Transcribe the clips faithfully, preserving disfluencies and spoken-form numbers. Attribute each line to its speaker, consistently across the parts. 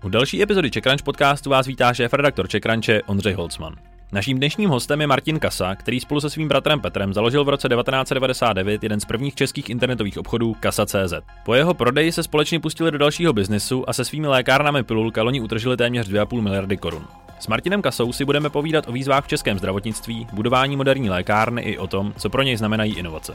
Speaker 1: U další epizody CzechCrunch podcastu vás vítá šéfredaktor CzechCrunche Ondřej Holcman. Naším dnešním hostem je Martin Kasa, který spolu se svým bratrem Petrem založil v roce devatenáct set devadesát devět jeden z prvních českých internetových obchodů Kasa tečka cé zet. Po jeho prodeji se společně pustili do dalšího biznesu a se svými lékárnami Pilulka loni utržili téměř dvě a půl miliardy korun. S Martinem Kasou si budeme povídat o výzvách v českém zdravotnictví, budování moderní lékárny i o tom, co pro něj znamenají inovace.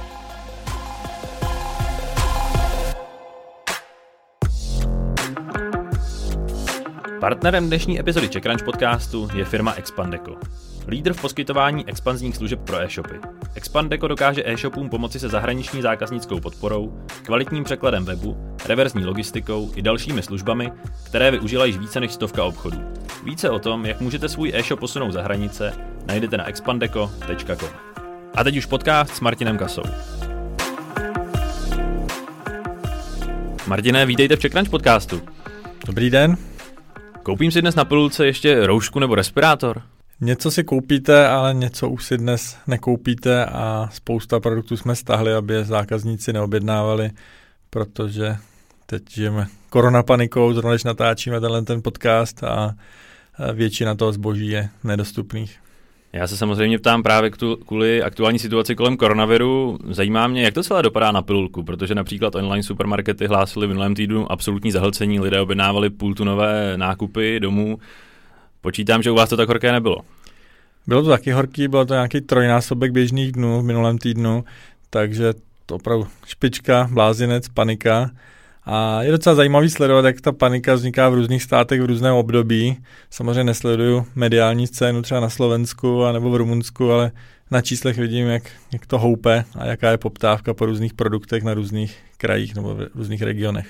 Speaker 1: Partnerem dnešní epizody CzechCrunch podcastu je firma Expandeco. Lídr v poskytování expanzních služeb pro e-shopy. Expandeco dokáže e-shopům pomoci se zahraniční zákaznickou podporou, kvalitním překladem webu, reverzní logistikou i dalšími službami, které využila již více než stovka obchodů. Více o tom, jak můžete svůj e-shop posunout za hranice, najdete na expandeco tečka com. A teď už podcast s Martinem Kasou. Martine, vítejte v CzechCrunch podcastu.
Speaker 2: Dobrý den.
Speaker 1: Koupím si dnes na Pilulce ještě roušku nebo respirátor?
Speaker 2: Něco si koupíte, ale něco už si dnes nekoupíte a spousta produktů jsme stáhli, aby je zákazníci neobjednávali, protože teď žijeme koronapanikou, zrovna když natáčíme tenhle ten podcast a většina toho zboží je nedostupných.
Speaker 1: Já se samozřejmě ptám právě kvůli aktuální situaci kolem koronaviru. Zajímá mě, jak to celé dopadá na Pilulku, protože například online supermarkety hlásily v minulém týdnu absolutní zahlcení, lidé objednávali půltunové nákupy domů. Počítám, že u vás to tak horké nebylo.
Speaker 2: Bylo to taky horký, bylo to nějaký trojnásobek běžných dnů v minulém týdnu, takže to opravdu špička, blázinec, panika. A je docela zajímavý sledovat, jak ta panika vzniká v různých státech v různém období. Samozřejmě nesleduju mediální scénu třeba na Slovensku a nebo v Rumunsku, ale na číslech vidím, jak, jak to houpe a jaká je poptávka po různých produktech na různých krajích nebo v různých regionech.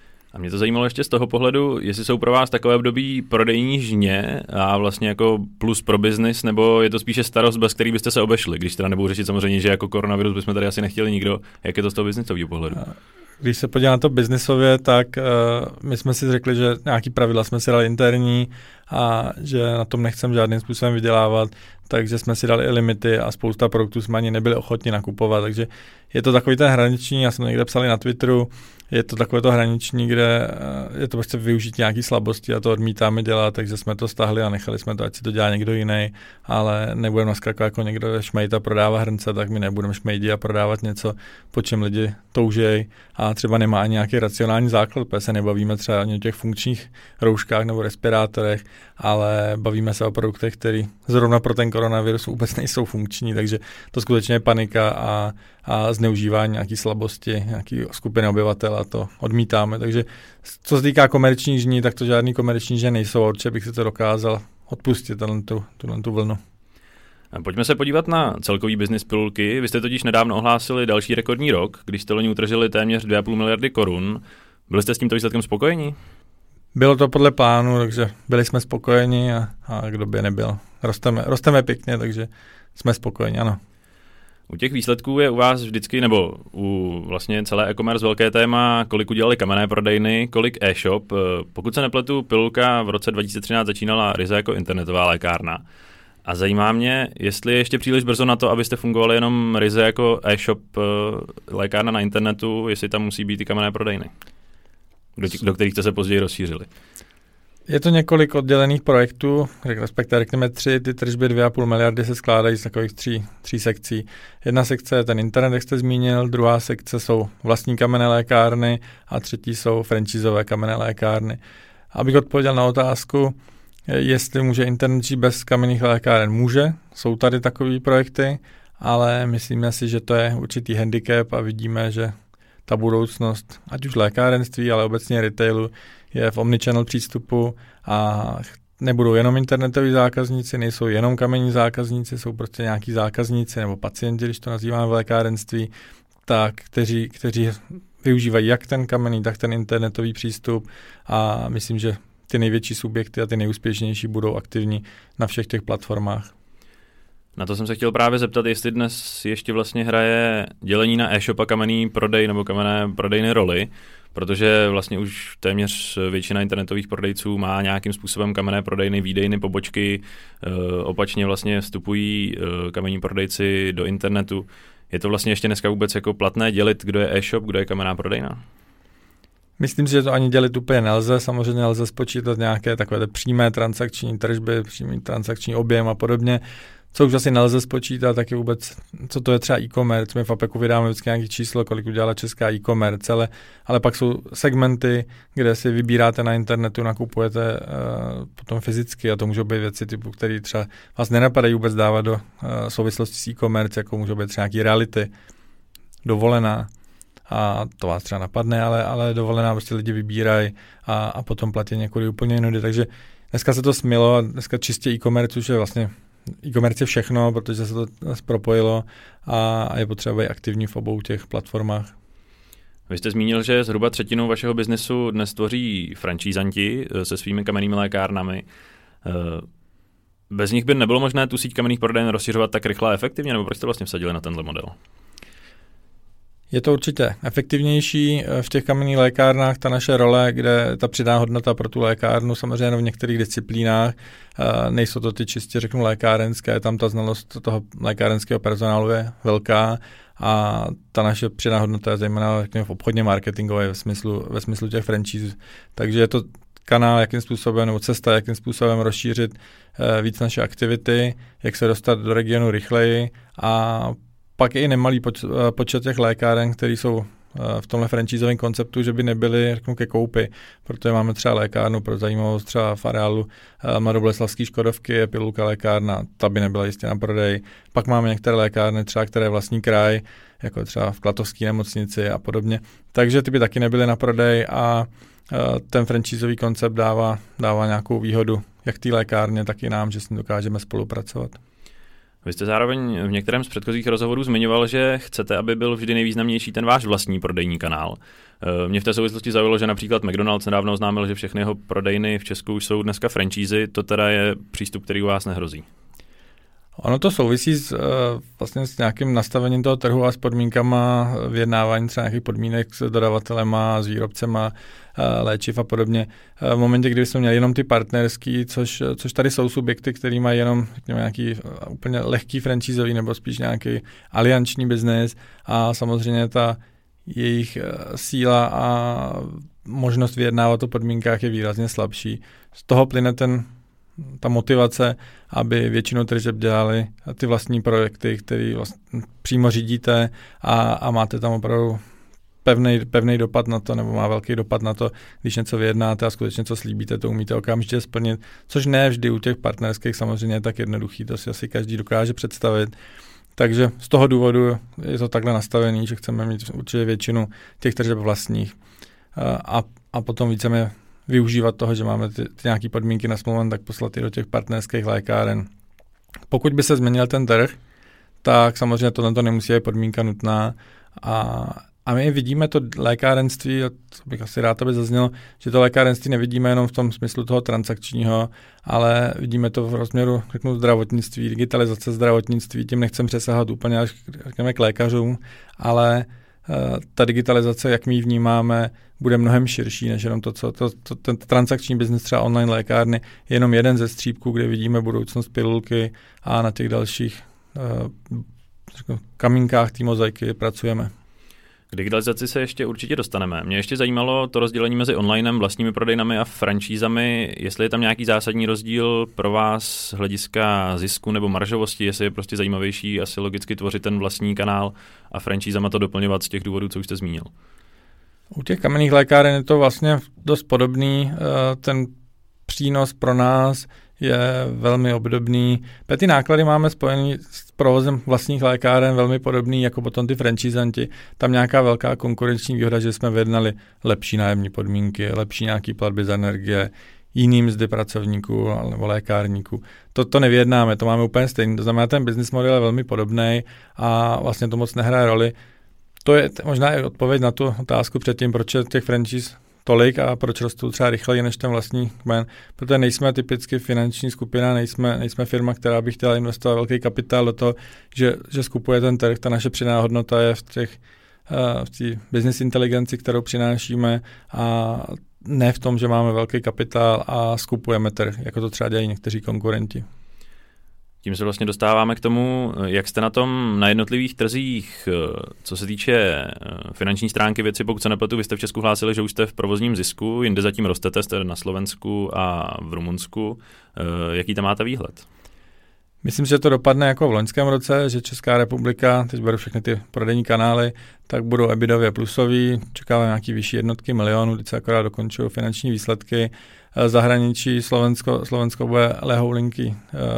Speaker 1: A mě to zajímalo ještě z toho pohledu, jestli jsou pro vás takové období prodejní žně a vlastně jako plus pro biznis, nebo je to spíše starost, bez který byste se obešli, když teda nebudou řešit samozřejmě, že jako koronavirus bychom tady asi nechtěli nikdo, jak je to z toho biznisového pohledu?
Speaker 2: Když se podívám na to biznisově, tak uh, my jsme si řekli, že nějaký pravidla jsme si dali interní a že na tom nechcem žádným způsobem vydělávat, takže jsme si dali i limity a spousta produktů jsme ani nebyli ochotni nakupovat, takže je to takový ten hraniční, já jsem to někde psal na Twitteru, je to takové to hraniční, kde uh, je to prostě využít nějaký slabosti a to odmítáme dělat, takže jsme to stáhli a nechali jsme to, ať si to dělá někdo jiný, ale nebudeme naskakovat jako někdo šmejt a prodává hrnce, tak my nebudeme šmejdi a prodávat něco, po čem lidi toužejí a třeba nemá ani nějaký racionální základ, protože se nebavíme třeba o těch funkčních rouškách nebo respirátorech, ale bavíme se o produktech, které zrovna pro ten koronavirus vůbec nejsou funkční, takže to skutečně je panika a, a zneužívání nějaký slabosti, nějaký skupiny obyvatel a to odmítáme. Takže co se týká komerčních žní, tak to žádný komerční žně nejsou, určitě bych si to dokázal odpustit, tu, tu, tu vlnu.
Speaker 1: Pojďme se podívat na celkový biznis Pilulky. Vy jste totiž nedávno ohlásili další rekordní rok, když jste loni utržili téměř dvě a půl miliardy korun. Byli jste s tímto výsledkem spokojení?
Speaker 2: Bylo to podle plánu, takže byli jsme spokojeni a, a kdo by nebyl. Rosteme, rosteme pěkně, takže jsme spokojeni, ano.
Speaker 1: U těch výsledků je u vás vždycky, nebo u vlastně celé e-commerce velké téma, kolik udělali kamenné prodejny, kolik e-shop. Pokud se nepletu, Pilulka v roce dva tisíce třináct začínala ryze jako internetová lékárna. A zajímá mě, jestli je ještě příliš brzo na to, abyste fungovali jenom ryze jako e-shop, lékárna na internetu, jestli tam musí být i kamenné prodejny, do, tí, do kterých jste se později rozšířili.
Speaker 2: Je to několik oddělených projektů, respektive řekněme tři, ty tržby dvě a půl miliardy se skládají z takových tří, tří sekcí. Jedna sekce je ten internet, jak jste zmínil, druhá sekce jsou vlastní kamenné lékárny a třetí jsou franchisové kamenné lékárny. Abych odpověděl na otázku, jestli může internet žít bez kamenných lékáren, může, jsou tady takové projekty, ale myslíme si, že to je určitý handicap a vidíme, že ta budoucnost, ať už lékárenství, ale obecně retailu, je v omnichannel přístupu a nebudou jenom internetoví zákazníci, nejsou jenom kamenní zákazníci, jsou prostě nějaký zákazníci nebo pacienti, když to nazýváme v lékárenství, tak, kteří, kteří využívají jak ten kamenný, tak ten internetový přístup a myslím, že ty největší subjekty a ty nejúspěšnější budou aktivní na všech těch platformách.
Speaker 1: Na to jsem se chtěl právě zeptat, jestli dnes ještě vlastně hraje dělení na e-shop a kamenný prodej nebo kamenné prodejny roli, protože vlastně už téměř většina internetových prodejců má nějakým způsobem kamenné prodejny, výdejny, pobočky, opačně vlastně vstupují kamenní prodejci do internetu. Je to vlastně ještě dneska vůbec jako platné dělit, kdo je e-shop, kdo je kamenná prodejna?
Speaker 2: Myslím si, že to ani dělit úplně nelze. Samozřejmě nelze spočítat nějaké takové přímé transakční tržby, přímý transakční objem a podobně. Co už asi nelze spočítat, tak je vůbec, co to je třeba e-commerce. My v APECu vydáme vždycky nějaké číslo, kolik udělala česká e-commerce, ale, ale pak jsou segmenty, kde si vybíráte na internetu, nakupujete uh, potom fyzicky a to můžou být věci typu, které třeba vás nenapadají vůbec dávat do uh, souvislosti s e-commerce, jako můžou být třeba nějaký reality, dovolená. A to vás třeba napadne, ale, ale dovolená prostě lidi vybírají a, a potom platí několik úplně jinudy. Takže dneska se to smilo a dneska čistě e-commerce už je vlastně e-commerce je všechno, protože se to propojilo a, a je potřeba být aktivní v obou těch platformách.
Speaker 1: Vy jste zmínil, že zhruba třetinu vašeho biznesu dnes tvoří francízanti se svými kamennými lékárnami. Bez nich by nebylo možné tu síť kamenných prodejen rozšiřovat tak rychle a efektivně, nebo proč jste vlastně vsadili na tenhle model?
Speaker 2: Je to určitě efektivnější v těch kamenných lékárnách, ta naše role, kde ta přidaná hodnota pro tu lékárnu, samozřejmě v některých disciplínách, nejsou to ty čistě řeknu lékárenské, tam ta znalost toho lékárenského personálu je velká a ta naše přidaná hodnota je zejména řekněme, v obchodně marketingové ve smyslu, ve smyslu těch franchise. Takže je to kanál, jakým způsobem, nebo cesta, jakým způsobem rozšířit víc naše aktivity, jak se dostat do regionu rychleji a pak je i nemalý počet těch lékáren, které jsou v tomhle franchízovém konceptu, že by nebyly řeknu, ke koupi, protože máme třeba lékárnu pro zajímavost třeba v areálu Mladoboleslavské Škodovky, je pilulka lékárna, ta by nebyla jistě na prodej. Pak máme některé lékárny, třeba které vlastní kraj, jako třeba v Klatovské nemocnici a podobně. Takže ty by taky nebyly na prodej a ten franchízový koncept dává, dává nějakou výhodu jak té lékárně, tak i nám, že s ním dokážeme spolupracovat.
Speaker 1: Vy jste zároveň v některém z předchozích rozhovorů zmiňoval, že chcete, aby byl vždy nejvýznamnější ten váš vlastní prodejní kanál. Mě v té souvislosti zaujalo, že například McDonald's nedávno oznámil, že všechny jeho prodejny v Česku už jsou dneska franšízy. To teda je přístup, který u vás nehrozí.
Speaker 2: Ono to souvisí s, vlastně s nějakým nastavením toho trhu a s podmínkama vyjednávání třeba nějakých podmínek s dodavatelema, s výrobcema léčiv a podobně. V momentě, kdy jsme měli jenom ty partnerský, což, což tady jsou subjekty, který mají jenom řekněme, nějaký úplně lehký franšízový nebo spíš nějaký alianční biznes a samozřejmě ta jejich síla a možnost vyjednávat o podmínkách je výrazně slabší. Z toho plyne ten ta motivace, aby většinou tržeb dělali ty vlastní projekty, které vlastně přímo řídíte a, a máte tam opravdu pevný, pevný dopad na to, nebo má velký dopad na to, když něco vyjednáte a skutečně co slíbíte, to umíte okamžitě splnit, což ne vždy u těch partnerských samozřejmě je tak jednoduchý, to si asi každý dokáže představit. Takže z toho důvodu je to takhle nastavený, že chceme mít určitě většinu těch tržeb vlastních a, a potom více využívat toho, že máme ty, ty nějaké podmínky na smlouvu, tak poslat i do těch partnerských lékáren. Pokud by se změnil ten trh, tak samozřejmě tohle nemusí být podmínka nutná a, a my vidíme to lékárenství, a to bych asi rád, aby zaznělo, že to lékárenství nevidíme jenom v tom smyslu toho transakčního, ale vidíme to v rozměru řeknu, zdravotnictví, digitalizace zdravotnictví, tím nechcem přesahovat úplně až řekněme, k lékařům, ale ta digitalizace, jak my ji vnímáme, bude mnohem širší, než jenom to, co to, to, ten transakční biznes třeba online lékárny je jenom jeden ze střípků, kde vidíme budoucnost pilulky a na těch dalších uh, kamínkách té mozaiky pracujeme.
Speaker 1: K digitalizaci se ještě určitě dostaneme. Mě ještě zajímalo to rozdělení mezi onlinem, vlastními prodejnami a franšízami, jestli je tam nějaký zásadní rozdíl pro vás z hlediska zisku nebo maržovosti, jestli je prostě zajímavější asi logicky tvořit ten vlastní kanál a franšízama to doplňovat z těch důvodů, co už jste zmínil.
Speaker 2: U těch kamenných lékáren je to vlastně dost podobný. Ten přínos pro nás je velmi obdobný. Ty náklady máme spojený s provozem vlastních lékáren velmi podobný jako potom ty franšízanti. Tam nějaká velká konkurenční výhoda, že jsme vyjednali lepší nájemní podmínky, lepší nějaký platby za energie, jiný mzdy pracovníků nebo lékárníků. To, to nevyjednáme, to máme úplně stejný. To znamená, ten business model je velmi podobný a vlastně to moc nehraje roli. To je možná i odpověď na tu otázku předtím, proč je těch franšíz tolik a proč rostou třeba rychleji než ten vlastní kmen, protože nejsme typicky finanční skupina, nejsme, nejsme firma, která by chtěla investovat velký kapitál do toho, že, že skupuje ten trh. Ta naše přidaná hodnota je v těch uh, v té business inteligenci, kterou přinášíme a ne v tom, že máme velký kapitál a skupujeme trh, jako to třeba dělají někteří konkurenti.
Speaker 1: Tím se vlastně dostáváme k tomu, jak jste na tom na jednotlivých trzích, co se týče finanční stránky věci, pokud se nepletu, vy jste v Česku hlásili, že už jste v provozním zisku, jinde zatím rostete, jste na Slovensku a v Rumunsku. Jaký tam máte výhled?
Speaker 2: Myslím, že to dopadne jako v loňském roce, že Česká republika, teď beru všechny ty prodejní kanály, tak budou ebidově plusový, čekáme nějaký vyšší jednotky milionů, teď se akorát dokončují finanční výsledky. Zahraničí Slovensko, Slovensko bude lehoulinký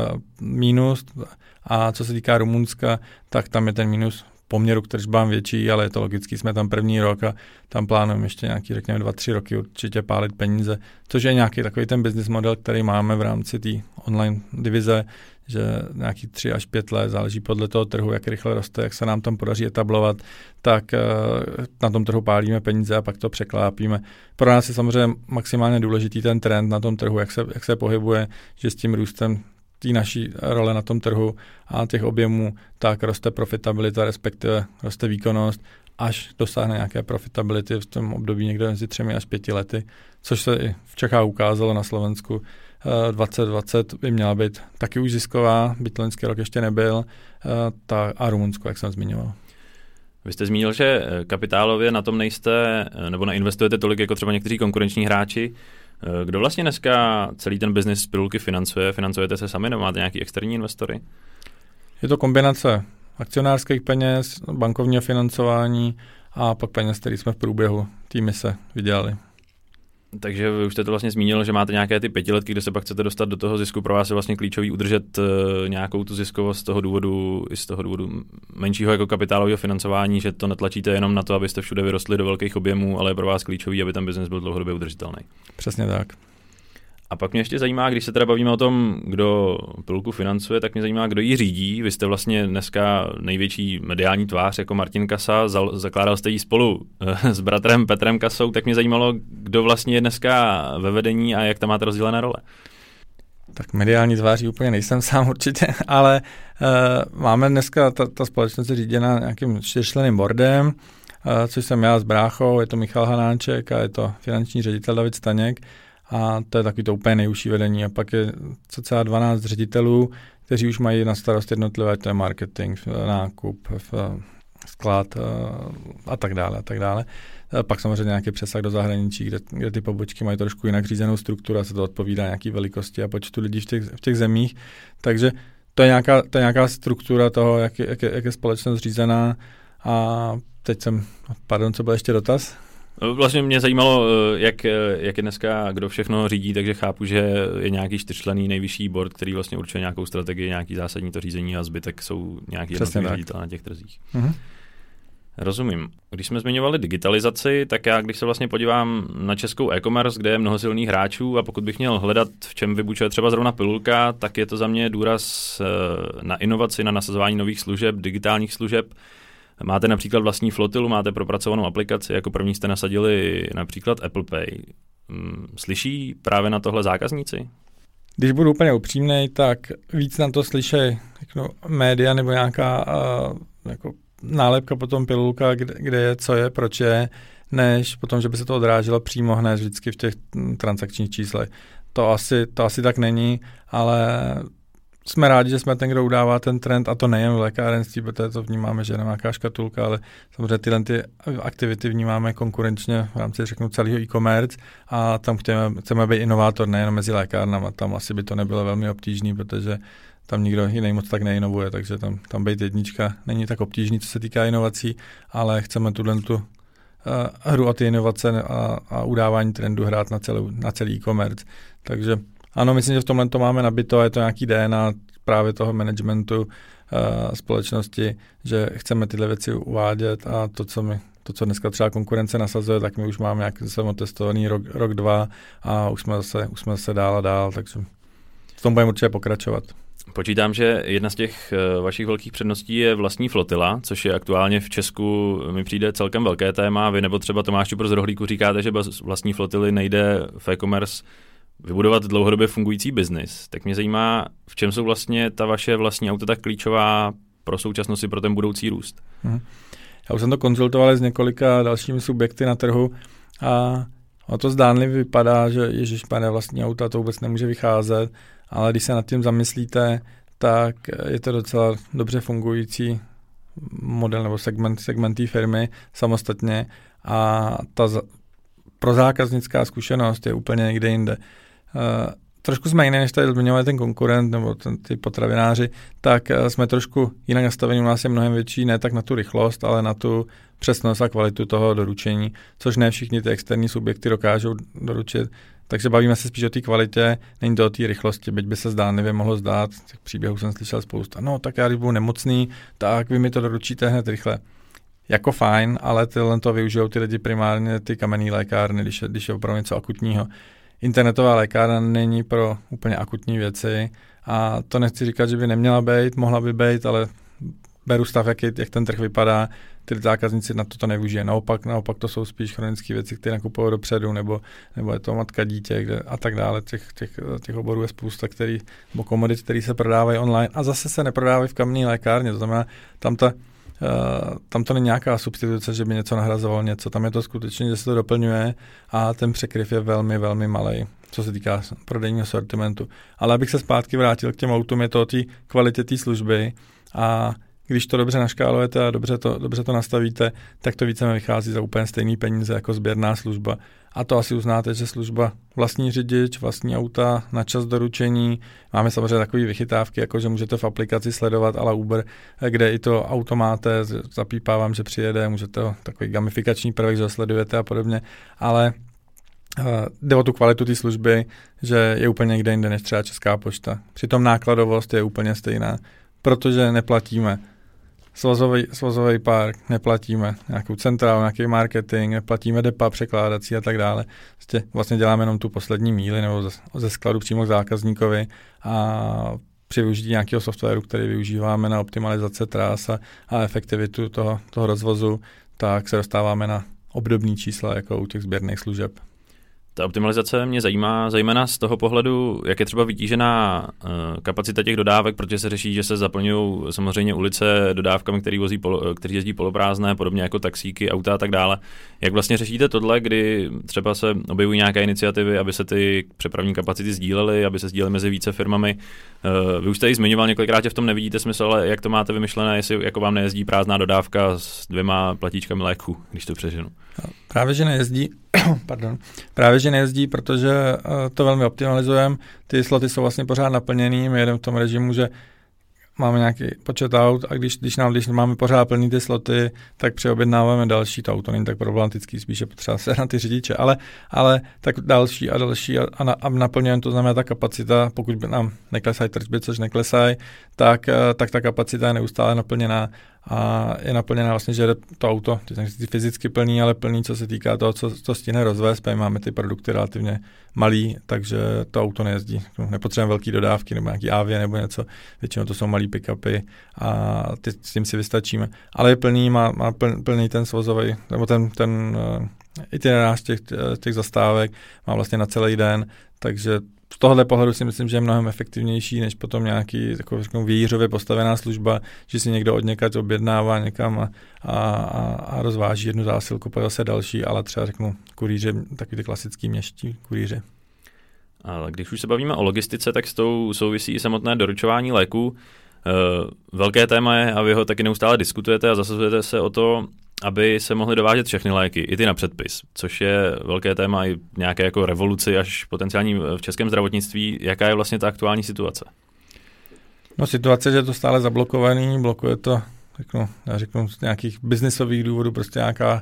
Speaker 2: mínus a co se týká Rumunska, tak tam je ten mínus poměru k tržbám větší, ale je to logický, jsme tam první rok a tam plánujeme ještě nějaký, řekněme, dva, tři roky určitě pálit peníze, což je nějaký takový ten business model, který máme v rámci té online divize, že nějaký tři až pět let, záleží podle toho trhu, jak rychle roste, jak se nám tam podaří etablovat, tak na tom trhu pálíme peníze a pak to překlápíme. Pro nás je samozřejmě maximálně důležitý ten trend na tom trhu, jak se, jak se pohybuje, že s tím růstem té naší role na tom trhu a těch objemů, tak roste profitabilita, respektive roste výkonnost, až dosáhne nějaké profitability v tom období někde mezi třemi až pěti lety, což se i v Čechách ukázalo na Slovensku. dvacet dvacet by měla být taky už zisková, byť loňský rok ještě nebyl, ta, a Rumunsko, jak jsem zmiňoval.
Speaker 1: Vy jste zmínil, že kapitálově na tom nejste, nebo neinvestujete tolik jako třeba někteří konkurenční hráči. Kdo vlastně dneska celý ten biznis z pilulky financuje? Financujete se sami nebo máte nějaký externí investory?
Speaker 2: Je to kombinace akcionářských peněz, bankovního financování a pak peněz, který jsme v průběhu té mise vydělali.
Speaker 1: Takže vy už jste to vlastně zmínil, že máte nějaké ty pětiletky, kde se pak chcete dostat do toho zisku. Pro vás je vlastně klíčový udržet uh, nějakou tu ziskovost z toho důvodu, i z toho důvodu menšího jako kapitálového financování, že to netlačíte jenom na to, abyste všude vyrostli do velkých objemů, ale je pro vás klíčový, aby ten biznes byl dlouhodobě udržitelný.
Speaker 2: Přesně tak.
Speaker 1: A pak mě ještě zajímá, když se teda bavíme o tom, kdo pilulku financuje, tak mě zajímá, kdo ji řídí. Vy jste vlastně dneska největší mediální tvář jako Martin Kasa, zakládal jste ji spolu s bratrem Petrem Kasou, tak mě zajímalo, kdo vlastně je dneska ve vedení a jak tam máte rozdělené role.
Speaker 2: Tak mediální tváří úplně nejsem sám určitě, ale uh, máme dneska, ta, ta společnost je říděna nějakým čtyřčlenným boardem, uh, což jsem já s bráchou, je to Michal Hanáček a je to finanční ředitel David Staněk. A to je takový to úplně nejúžší vedení. A pak je cca dvanáct ředitelů, kteří už mají na starost jednotlivé, to je marketing, nákup, sklad a tak dále. A tak dále. A pak samozřejmě nějaký přesah do zahraničí, kde, kde ty pobočky mají trošku jinak řízenou strukturu a se to odpovídá nějaký velikosti a počtu lidí v těch, v těch zemích. Takže to je nějaká, to je nějaká struktura toho, jak je, jak je, jak je společnost řízená. A teď jsem, pardon, co byl ještě dotaz?
Speaker 1: Vlastně mě zajímalo, jak, jak je dneska, kdo všechno řídí, takže chápu, že je nějaký čtyřčlenný nejvyšší board, který vlastně určuje nějakou strategii, nějaký zásadní to řízení a zbytek jsou nějaký jednotliví ředitelé na těch trzích. Mm-hmm. Rozumím. Když jsme zmiňovali digitalizaci, tak já, když se vlastně podívám na českou e-commerce, kde je mnoho silných hráčů a pokud bych měl hledat, v čem vybučuje třeba zrovna pilulka, tak je to za mě důraz na inovaci, na nasazování nových služeb, digitálních služeb. Máte například vlastní flotilu, máte propracovanou aplikaci, jako první jste nasadili například Apple Pay. Slyší právě na tohle zákazníci?
Speaker 2: Když budu úplně upřímnej, tak víc na to slyšej jako média nebo nějaká uh, jako nálepka potom pilulka, kde, kde je, co je, proč je, než potom, že by se to odráželo přímo hned vždycky v těch transakčních číslech. To asi, to asi tak není, ale jsme rádi, že jsme ten, kdo udává ten trend, a to nejen v lékárenství, protože to vnímáme, že je nějaká škatulka, ale samozřejmě tyhle ty aktivity vnímáme konkurenčně v rámci, řeknu, celého e-commerce a tam chceme, chceme být inovátor nejen mezi lékárnama, tam asi by to nebylo velmi obtížný, protože tam nikdo jiný moc tak neinovuje, takže tam, tam být jednička není tak obtížný, co se týká inovací, ale chceme tuhle tu uh, hru o ty inovace a, a udávání trendu hrát na, celou, na celý e-commerce, takže ano, myslím, že v tomhle to máme nabito, je to nějaký D N A právě toho managementu uh, společnosti, že chceme tyhle věci uvádět a to, co my, to, co dneska třeba konkurence nasazuje, tak my už máme nějak samotestovaný rok, rok, dva a už jsme zase, už jsme zase dál a dál, takže v tom budeme určitě pokračovat.
Speaker 1: Počítám, že jedna z těch vašich velkých předností je vlastní flotila, což je aktuálně v Česku, mi přijde celkem velké téma. Vy nebo třeba Tomáš Čupr z Rohlíku říkáte, že bez vlastní flotily nejde v e-commerce vybudovat dlouhodobě fungující biznis. Tak mě zajímá, v čem jsou vlastně ta vaše vlastní auta tak klíčová pro současnost i pro ten budoucí růst.
Speaker 2: Hmm. Já už jsem to konzultoval s několika dalšími subjekty na trhu a o to zdánlivě vypadá, že ježišpane vlastní auta to vůbec nemůže vycházet, ale když se nad tím zamyslíte, tak je to docela dobře fungující model nebo segment, segment té firmy samostatně a ta za, pro zákaznická zkušenost je úplně někde jinde. Uh, trošku jsme jiný, než tady zmiňoval ten konkurent nebo ten, ty potravináři, tak uh, jsme trošku jinak nastavení, u nás je mnohem větší, ne tak na tu rychlost, ale na tu přesnost a kvalitu toho doručení, což ne všichni ty externí subjekty dokážou doručit. Takže bavíme se spíš o té kvalitě, není to o té rychlosti, byť by se zdánlivě mohlo zdát, těch příběhů jsem slyšel spousta, no tak já když budu nemocný, tak vy mi to doručíte hned rychle. Jako fajn, ale tyhle to využijou ty lidi primárně, ty kamenné lékárny, když je, když je opravdu něco akutního. Internetová lékárna není pro úplně akutní věci a to nechci říkat, že by neměla být, mohla by být, ale beru stav, jak, je, jak ten trh vypadá, ty zákazníci na to to nevyužijí. Naopak, naopak to jsou spíš chronické věci, které nakupují dopředu, nebo, nebo je to matka dítě kde, a tak dále. Těch, těch, těch oborů je spousta, který, nebo komodit, které se prodávají online a zase se neprodávají v kamenné lékárně. To znamená, tam, ta, uh, tam to není nějaká substituce, že by něco nahrazovalo něco. Tam je to skutečně, že se to doplňuje a ten překryv je velmi, velmi malej, co se týká prodejního sortimentu. Ale abych se zpátky vrátil k těm autům, je to o té kvalitě té služby a když to dobře naškálujete a dobře to, dobře to nastavíte, tak to více vychází za úplně stejný peníze jako sběrná služba. A to asi uznáte, že služba vlastní řidič, vlastní auta, na čas doručení. Máme samozřejmě takové vychytávky, jako že můžete v aplikaci sledovat a la Uber, kde i to auto máte, zapípá vám, že přijede, můžete takový gamifikační prvek, že ho sledujete a podobně. Ale uh, jde o tu kvalitu té služby, že je úplně někde jinde než třeba Česká pošta. Přitom nákladovost je úplně stejná, protože neplatíme svazový, svazový park, neplatíme nějakou centrálu, nějaký marketing, neplatíme depa překládací a tak dále. Vlastně, vlastně děláme jenom tu poslední míli nebo ze, ze skladu přímo k zákazníkovi a při využití nějakého softwaru, který využíváme na optimalizace tras a, a efektivitu toho, toho rozvozu, tak se dostáváme na obdobný čísla jako u těch sběrných služeb.
Speaker 1: Ta optimalizace mě zajímá zejména z toho pohledu, jak je třeba vytížená uh, kapacita těch dodávek, protože se řeší, že se zaplňují samozřejmě ulice dodávkami, který, vozí polo, který jezdí poloprázdné, podobně jako taxíky, auta a tak dále. Jak vlastně řešíte tohle, kdy třeba se objevují nějaké iniciativy, aby se ty přepravní kapacity sdílely, aby se sdílely mezi více firmami? Uh, vy už jste ji zmiňoval několikrát, že v tom nevidíte smysl, ale jak to máte vymyšlené, jestli jako vám nejezdí prázdná dodávka s dvěma platíčkami léku, když to přeženu?
Speaker 2: Právě, že nejezdí, pardon, právě, že nejezdí, protože uh, to velmi optimalizujeme. Ty sloty jsou vlastně pořád naplněný, my jedeme v tom režimu, že máme nějaký počet aut a když, když, nám, když máme pořád plný ty sloty, tak přeobjednáváme další, to auto není tak problematický, spíše potřeba se na ty řidiče, ale, ale tak další a další a, a, na, a naplňujeme, to znamená ta kapacita, pokud by nám neklesají tržby, což neklesají, tak, tak ta kapacita je neustále naplněná a je naplněná vlastně, že to auto, ty fyzicky plný, ale plný, co se týká toho, co, co stihne rozvést, máme ty produkty relativně malý, takže to auto nejezdí. Nepotřebujeme velký dodávky nebo nějaký Avie nebo něco, většinou to jsou malý pick-upy a ty, s tím si vystačíme. Ale je plný, má, má plný ten svozový, nebo ten, ten uh, itinerář těch, těch zastávek, má vlastně na celý den, takže z tohohle pohledu si myslím, že je mnohem efektivnější, než potom nějaký takový výjířově postavená služba, že si někdo odněkať objednává někam a, a, a rozváží jednu zásilku, pak zase další, ale třeba řeknu kurýře, takový ty klasický městští kurýře.
Speaker 1: Ale když už se bavíme o logistice, tak s tou souvisí i samotné doručování léků. E, velké téma je, a vy ho taky neustále diskutujete a zasazujete se o to, aby se mohly dovážet všechny léky, i ty na předpis, což je velké téma i nějaké jako revoluci až potenciální v českém zdravotnictví. Jaká je vlastně ta aktuální situace?
Speaker 2: No situace, že je to stále zablokovaný, blokuje to, řeknu, já řeknu z nějakých biznisových důvodů, prostě nějaká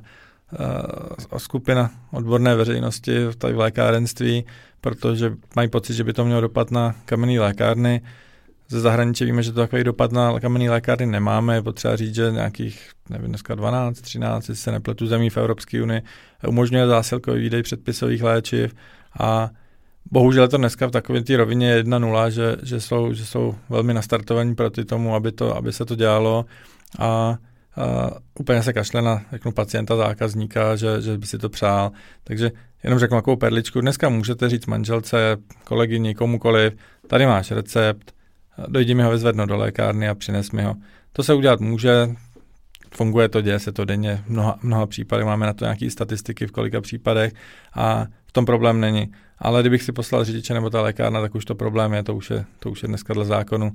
Speaker 2: uh, skupina odborné veřejnosti tady v lékárenství, protože mají pocit, že by to mělo dopad na kamenné lékárny. Ze zahraničí víme, že to takový dopad na kamenné lékárny nemáme. Je potřeba říct, že nějakých, nevím, dneska dvanáct, třináct, jestli se nepletu, zemí v Evropské unii umožňuje zásilkový výdej předpisových léčiv a bohužel je to dneska v takové té rovině jedna nula, že, že, jsou, že jsou velmi nastartovaní proti tomu, aby, to, aby se to dělalo a, a úplně se kašle na řeknu, pacienta, zákazníka, že, že by si to přál. Takže jenom řeknu takovou perličku. Dneska můžete říct manželce, kolegyni, komukoliv, tady máš recept, dojdi mi ho vyzvednout do lékárny a přines mi ho. To se udělat může, funguje to, děje se to denně, v mnoha, mnoha případech, máme na to nějaké statistiky v kolika případech a v tom problém není. Ale kdybych si poslal řidiče nebo ta lékárna, tak už to problém je, to už je, to už je dneska dle zákonu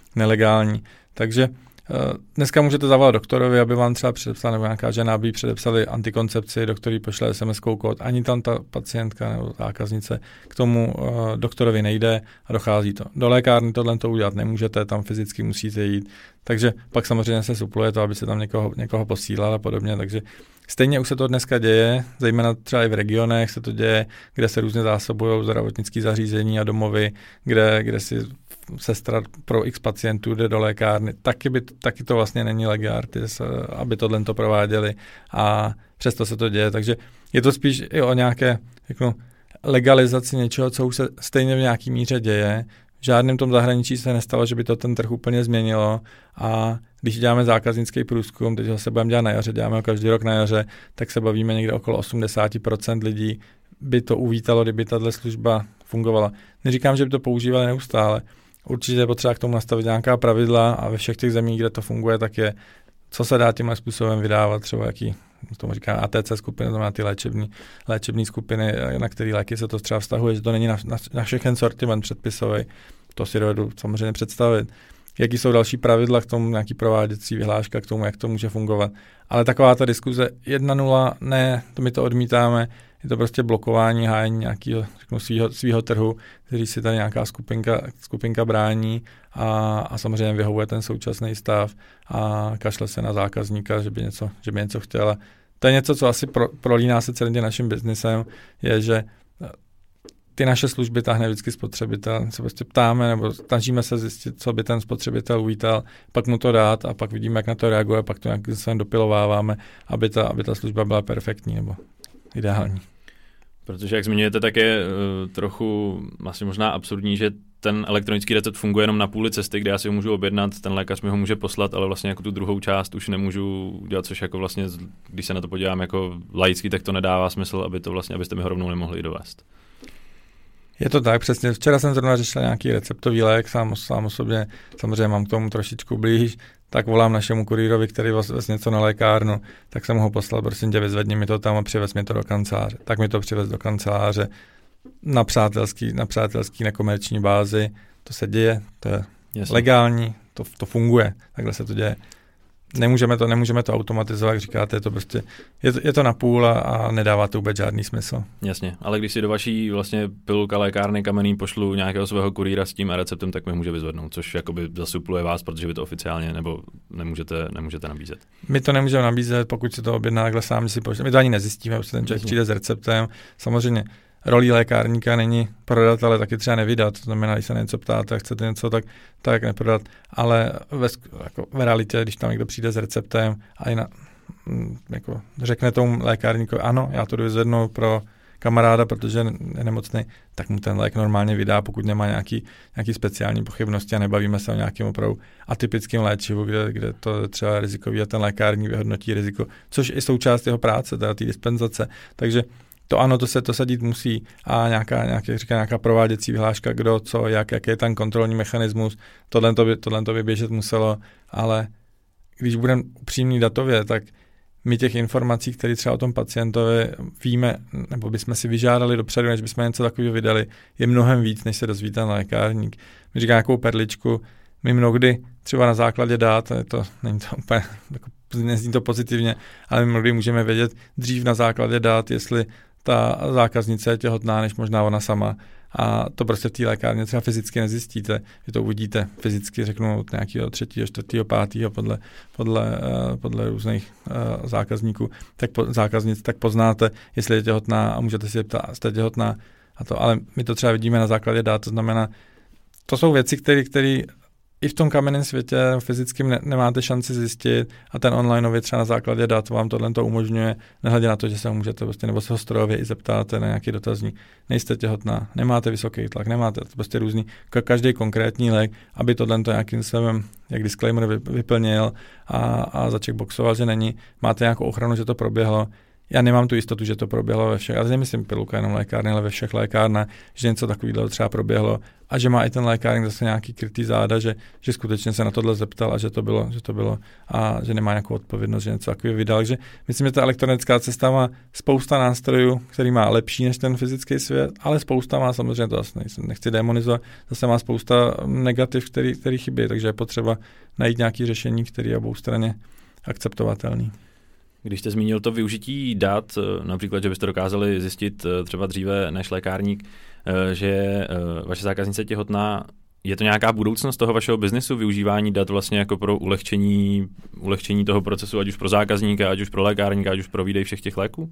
Speaker 2: nelegální. Takže dneska můžete zavolat doktorovi, aby vám třeba předepsal, nebo nějaká žena, aby předepsali antikoncepci, doktor jí pošle es em eskou kód, ani tam ta pacientka nebo zákaznice k tomu uh, doktorovi nejde a dochází to. Do lékárny tohle to udělat nemůžete, tam fyzicky musíte jít, takže pak samozřejmě se supluje to, aby se tam někoho, někoho posílal a podobně, takže stejně už se to dneska děje, zejména třeba i v regionech se to děje, kde se různě zásobují zdravotnické zařízení a domovy, kde, kde si sestra pro x pacientů jde do lékárny, taky, by, taky to vlastně není lege artis, aby tohle to prováděli a přesto se to děje, takže je to spíš i o nějaké jako, legalizaci něčeho, co už se stejně v nějaký míře děje. V žádném tom zahraničí se nestalo, že by to ten trh úplně změnilo a když děláme zákaznický průzkum, teď ho se budeme dělat na jaře, děláme ho každý rok na jaře, tak se bavíme někde okolo osmdesát procent lidí by to uvítalo, kdyby tato služba fungovala. Neříkám, že by to používali neustále. Určitě je potřeba k tomu nastavit nějaká pravidla a ve všech těch zemích, kde to funguje, tak je, co se dá tímhle způsobem vydávat, třeba jaký, tomu říká á té cé skupiny, to má ty léčební, léčební skupiny, na které léky se to třeba vztahuje, že to není na, na, na všechen sortiment předpisový, to si dovedu samozřejmě představit. Jaký jsou další pravidla k tomu, nějaký prováděcí vyhláška k tomu, jak to může fungovat. Ale taková ta diskuze jedna nula, ne, to my to odmítáme, je to prostě blokování, hájení nějakého svýho, svýho trhu, který si tady nějaká skupinka, skupinka brání a, a samozřejmě vyhovuje ten současný stav a kašle se na zákazníka, že by něco, že by něco chtěla. To je něco, co asi pro, prolíná se celým naším biznisem, je, že ty naše služby táhne vždycky spotřebitel. Se prostě ptáme nebo snažíme se zjistit, co by ten spotřebitel uvítal, pak mu to dát a pak vidíme, jak na to reaguje, pak to nějakým způsobem dopilováváme, aby ta, aby ta služba byla perfektní nebo ideální.
Speaker 1: Protože jak zmiňujete, tak je uh, trochu asi možná absurdní, že ten elektronický recept funguje jenom na půli cesty, kde já si ho můžu objednat, ten lékař mi ho může poslat, ale vlastně jako tu druhou část už nemůžu dělat, což jako vlastně, když se na to podívám jako laicky, tak to nedává smysl, aby to vlastně, abyste mi ho rovnou nemohli dovést.
Speaker 2: Je to tak, přesně. Včera jsem zrovna řešil nějaký receptový lék, sám, sám o sobě, samozřejmě mám k tomu trošičku blíž, tak volám našemu kurýrovi, který vez něco na lékárnu, tak jsem ho poslal, prosím tě, vyzvedni mi to tam a přivez mi to do kanceláře. Tak mi to přivez do kanceláře na přátelský, na přátelský nekomerční bázi. To se děje, to je Jasně. legální, to, to funguje, takhle se to děje. Nemůžeme to, nemůžeme to automatizovat, jak říkáte, je to prostě, je to, je to na půl a, a nedává to vůbec žádný smysl.
Speaker 1: Jasně, ale když si do vaší vlastně pilulka lékárny kamenný pošlu nějakého svého kurýra s tím receptem, tak mi může vyzvednout, což jakoby zasupluje vás, protože vy to oficiálně nebo nemůžete, nemůžete nabízet.
Speaker 2: My to nemůžeme nabízet, pokud si to objedná takhle sám, si pošle. My to ani nezjistíme, protože ten člověk přijde s receptem. Samozřejmě rolí lékárníka není prodat, ale taky třeba nevydat. To znamená, když se na něco ptáte a chcete něco, tak, tak neprodat. Ale ve, jako v realitě, když tam někdo přijde s receptem a na, jako řekne tomu lékárníkovi, ano, já to jdu vyzvednu pro kamaráda, protože je nemocný, tak mu ten lék normálně vydá, pokud nemá nějaký, nějaký speciální pochybnosti a nebavíme se o nějakém opravdu atypickém léčivu, kde, kde to třeba rizikový a ten lékárník vyhodnotí riziko, což je součást jeho práce, teda té dispenzace. Takže to ano, to se to sadit musí a nějaká, nějaká, říká, nějaká prováděcí vyhláška, kdo, co, jak, jaký je ten kontrolní mechanismus, tohle to by, tohle to by běžet muselo, ale když budeme upřímný datově, tak my těch informací, které třeba o tom pacientovi víme, nebo bychom si vyžádali dopředu, než bychom něco takového vydali, je mnohem víc, než se dozví ten lékárník. My říká nějakou perličku, my mnohdy třeba na základě dát, to není to úplně, nezní to pozitivně, ale my mnohdy můžeme vědět dřív na základě dát, jestli ta zákaznice je těhotná, než možná ona sama. A to prostě v té lékárně třeba fyzicky nezjistíte. Vy to uvidíte fyzicky, řeknu od nějakého třetího, čtvrtého, pátého podle, podle, podle různých uh, zákazníků, tak po, zákaznic, tak poznáte, jestli je těhotná a můžete si je ptát, jste těhotná a to. Ale my to třeba vidíme na základě dát, to znamená, to jsou věci, které i v tom kamenném světě fyzickým ne, nemáte šanci zjistit a ten onlineově třeba na základě dat vám tohle to umožňuje, nehledě na to, že se ho můžete prostě, nebo se ho strojově i zeptáte na nějaký dotazník. Nejste těhotná, nemáte vysoký tlak, nemáte to prostě různý, každý konkrétní lék, aby tohle to nějakým způsobem, jak disclaimer vyplnil a, a zacheckboxoval, že není, máte nějakou ochranu, že to proběhlo. já nemám tu jistotu, že to proběhlo ve všech, ale nemyslím Piluka jenom lékárny, ale ve všech lékárnách, že něco takového třeba proběhlo a že má i ten lékárník zase nějaký krytý záda, že, že skutečně se na tohle zeptal a že to bylo, že to bylo a že nemá nějakou odpovědnost, že něco takového vydal. Takže myslím, že ta elektronická cesta má spousta nástrojů, který má lepší než ten fyzický svět, ale spousta má samozřejmě to zase nechci demonizovat, zase má spousta negativ, který, který chybí, takže je potřeba najít nějaké řešení, které je obou straně akceptovatelný.
Speaker 1: Když jste zmínil to využití dat, například, že byste dokázali zjistit třeba dříve než lékárník, že vaše zákaznice je těhotná, je to nějaká budoucnost toho vašeho biznesu, využívání dat vlastně jako pro ulehčení, ulehčení toho procesu, ať už pro zákazníka, ať už pro lékárníka, ať už pro výdej všech těch léků?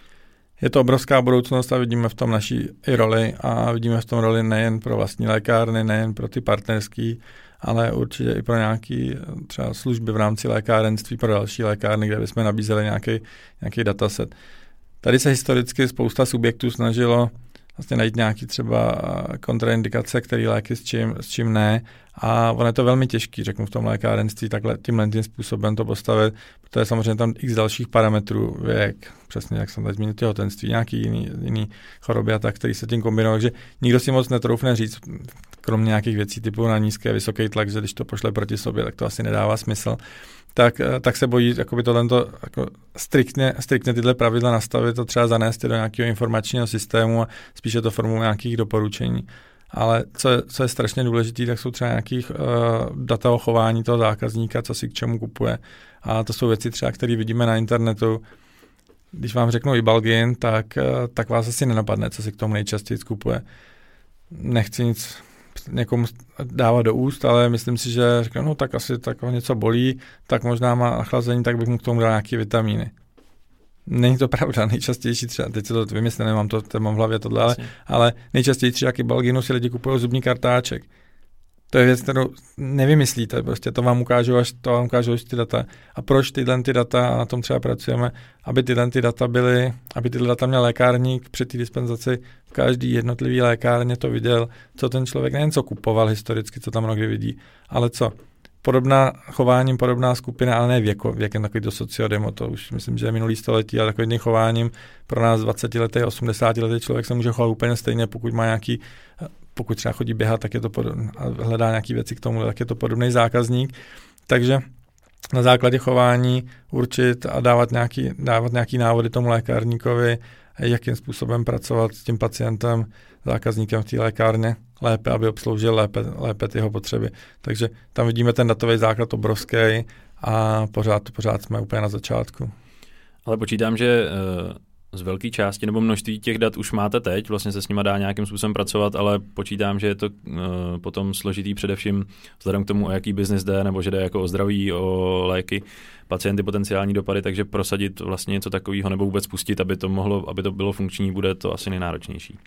Speaker 2: Je to obrovská budoucnost a vidíme v tom naší i roli a vidíme v tom roli nejen pro vlastní lékárny, nejen pro ty partnerský, ale určitě i pro nějaké třeba služby v rámci lékárenství, pro další lékárny, kde bychom nabízeli nějaký, nějaký dataset. Tady se historicky spousta subjektů snažilo vlastně najít nějaký třeba kontraindikace, který léky s čím, s čím ne. A ono je to velmi těžký, řeknu, v tom lékárenství takhle tímhle tím způsobem to postavit, protože samozřejmě tam x dalších parametrů, věk, přesně jak jsem teď zmínil, těhotenství, nějaký jiný, jiný choroby a tak, který se tím kombinují. Takže nikdo si moc netroufne říct, kromě nějakých věcí typu na nízký a vysoký tlak, že když to pošle proti sobě, tak to asi nedává smysl. Tak, tak se bojí jakoby tohleto, jako striktně, striktně tyhle pravidla nastavit, to třeba zanést do nějakého informačního systému a spíše to formou nějakých doporučení. Ale co je, co je strašně důležité, tak jsou třeba nějakých uh, data o chování toho zákazníka, co si k čemu kupuje. A to jsou věci třeba, které vidíme na internetu. Když vám řeknu Ibalgin, tak, uh, tak vás asi nenapadne, co si k tomu nejčastěji kupuje. Nechci nic někomu dávat do úst, ale myslím si, že řeknu, no tak asi tak ho něco bolí, tak možná má nachlazení, tak bych mu k tomu dal nějaké vitamíny. Není to pravda, nejčastější třeba, teď se to vymyslím, nemám to, to mám v hlavě tohle, ale, ale nejčastější třeba Ibalginu si lidi kupují zubní kartáček. To je věc, kterou nevymyslíte, prostě to vám ukážu, až to vám ukážu až ty data. A proč tyhle ty data, a na tom třeba pracujeme, aby tyhle ty data byly, aby tyhle data měl lékárník při té dispenzaci, v každý jednotlivý lékárně to viděl, co ten člověk nejen co kupoval historicky, co tam mnohdy vidí, ale co. Podobná chováním, podobná skupina, ale ne věko, věkem takový do sociodemo, to už myslím, že je minulý století, ale takovým chováním pro nás dvacetiletý, osmdesátiletý člověk se může chovat úplně stejně, pokud má nějaký, pokud třeba chodí běhat, tak je to podobný, a hledá nějaké věci k tomu, tak je to podobný zákazník. Takže na základě chování určit a dávat nějaký, dávat nějaký návody tomu lékárníkovi, jakým způsobem pracovat s tím pacientem, zákazníkem v té lékárně lépe, aby obsloužil lépe, lépe ty jeho potřeby. Takže tam vidíme ten datový základ obrovský a pořád, pořád jsme úplně na začátku.
Speaker 1: Ale počítám, že z velké části nebo množství těch dat už máte teď, vlastně se s nima dá nějakým způsobem pracovat, ale počítám, že je to potom složitý především vzhledem k tomu, o jaký biznis jde, nebo že jde jako o zdraví, o léky, pacienty, potenciální dopady, takže prosadit vlastně něco takového nebo vůbec pustit, aby to mohlo, aby to bylo funkční, bude to asi nejnáročnější.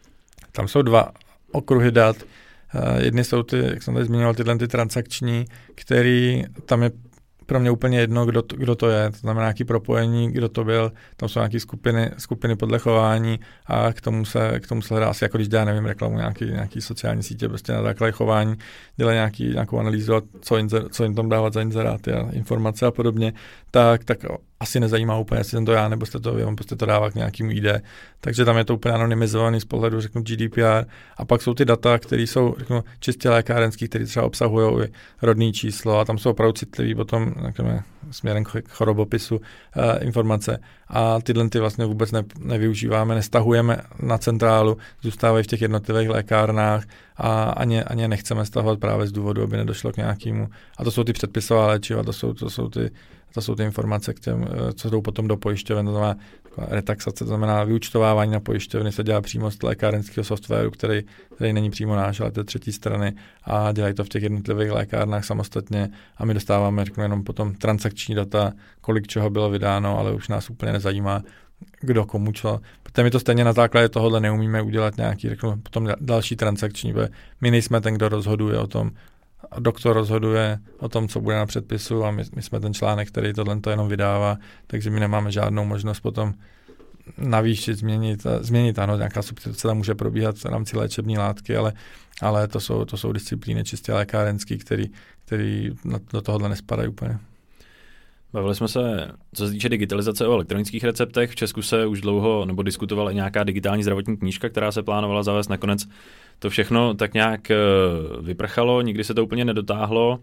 Speaker 2: Tam jsou dva okruhy dat. Uh, jedny jsou ty, jak jsem tady zmiňoval, tyhle ty transakční, který tam je pro mě úplně jedno, kdo to, kdo to je, to znamená nějaké propojení, kdo to byl, tam jsou nějaké skupiny, skupiny podle chování a k tomu se, k tomu se hledá asi, jako když dělá, nevím, reklamu nějaký, nějaký sociální sítě, prostě na základě chování, dělá nějaký, nějakou analýzu, co, inzer, co jim tam dávat za inzeráty a informace a podobně, tak, tak asi nezajímá úplně, jestli jsem to já, nebo jste to vy, on prostě to dává k nějakému í dé. Takže tam je to úplně anonymizovaný z pohledu, řeknu, G D P R. A pak jsou ty data, které jsou, řeknu, čistě lékárenský, které třeba obsahují i rodné číslo a tam jsou opravdu citlivý potom řekněme, směrem k chorobopisu uh, informace. A tyhle ty vlastně vůbec ne, nevyužíváme, nestahujeme na centrálu, zůstávají v těch jednotlivých lékárnách a ani, ani nechceme stahovat právě z důvodu, aby nedošlo k nějakému. A to jsou ty předpisová léčiva, to jsou, to jsou ty To jsou ty informace, k těm, co jdou potom do pojišťoven, to znamená retaxace, to znamená vyúčtovávání na pojišťovny se dělá přímo z lékárenského softwaru, který, který není přímo náš, ale té třetí strany a dělají to v těch jednotlivých lékárnách samostatně a my dostáváme, řeknu, jenom potom transakční data, kolik čeho bylo vydáno, ale už nás úplně nezajímá, kdo komu čo. Protože my to stejně na základě tohohle neumíme udělat nějaký, řeknu, potom další transakční, protože my nejsme ten, kdo rozhoduje o tom, a doktor rozhoduje o tom, co bude na předpisu a my, my jsme ten článek, který tohle to jenom vydává, takže my nemáme žádnou možnost potom navýšit, změnit, změnit, ano, nějaká substituce tam může probíhat v rámci léčebné látky, ale, ale to jsou, to jsou disciplíny čistě lékárenský, který, který do tohohle nespadají úplně.
Speaker 1: Bavili jsme se, co se týče digitalizace, o elektronických receptech. V Česku se už dlouho nebo diskutovala i nějaká digitální zdravotní knížka, která se plánovala zavést. Nakonec to všechno tak nějak vyprchalo, nikdy se to úplně nedotáhlo.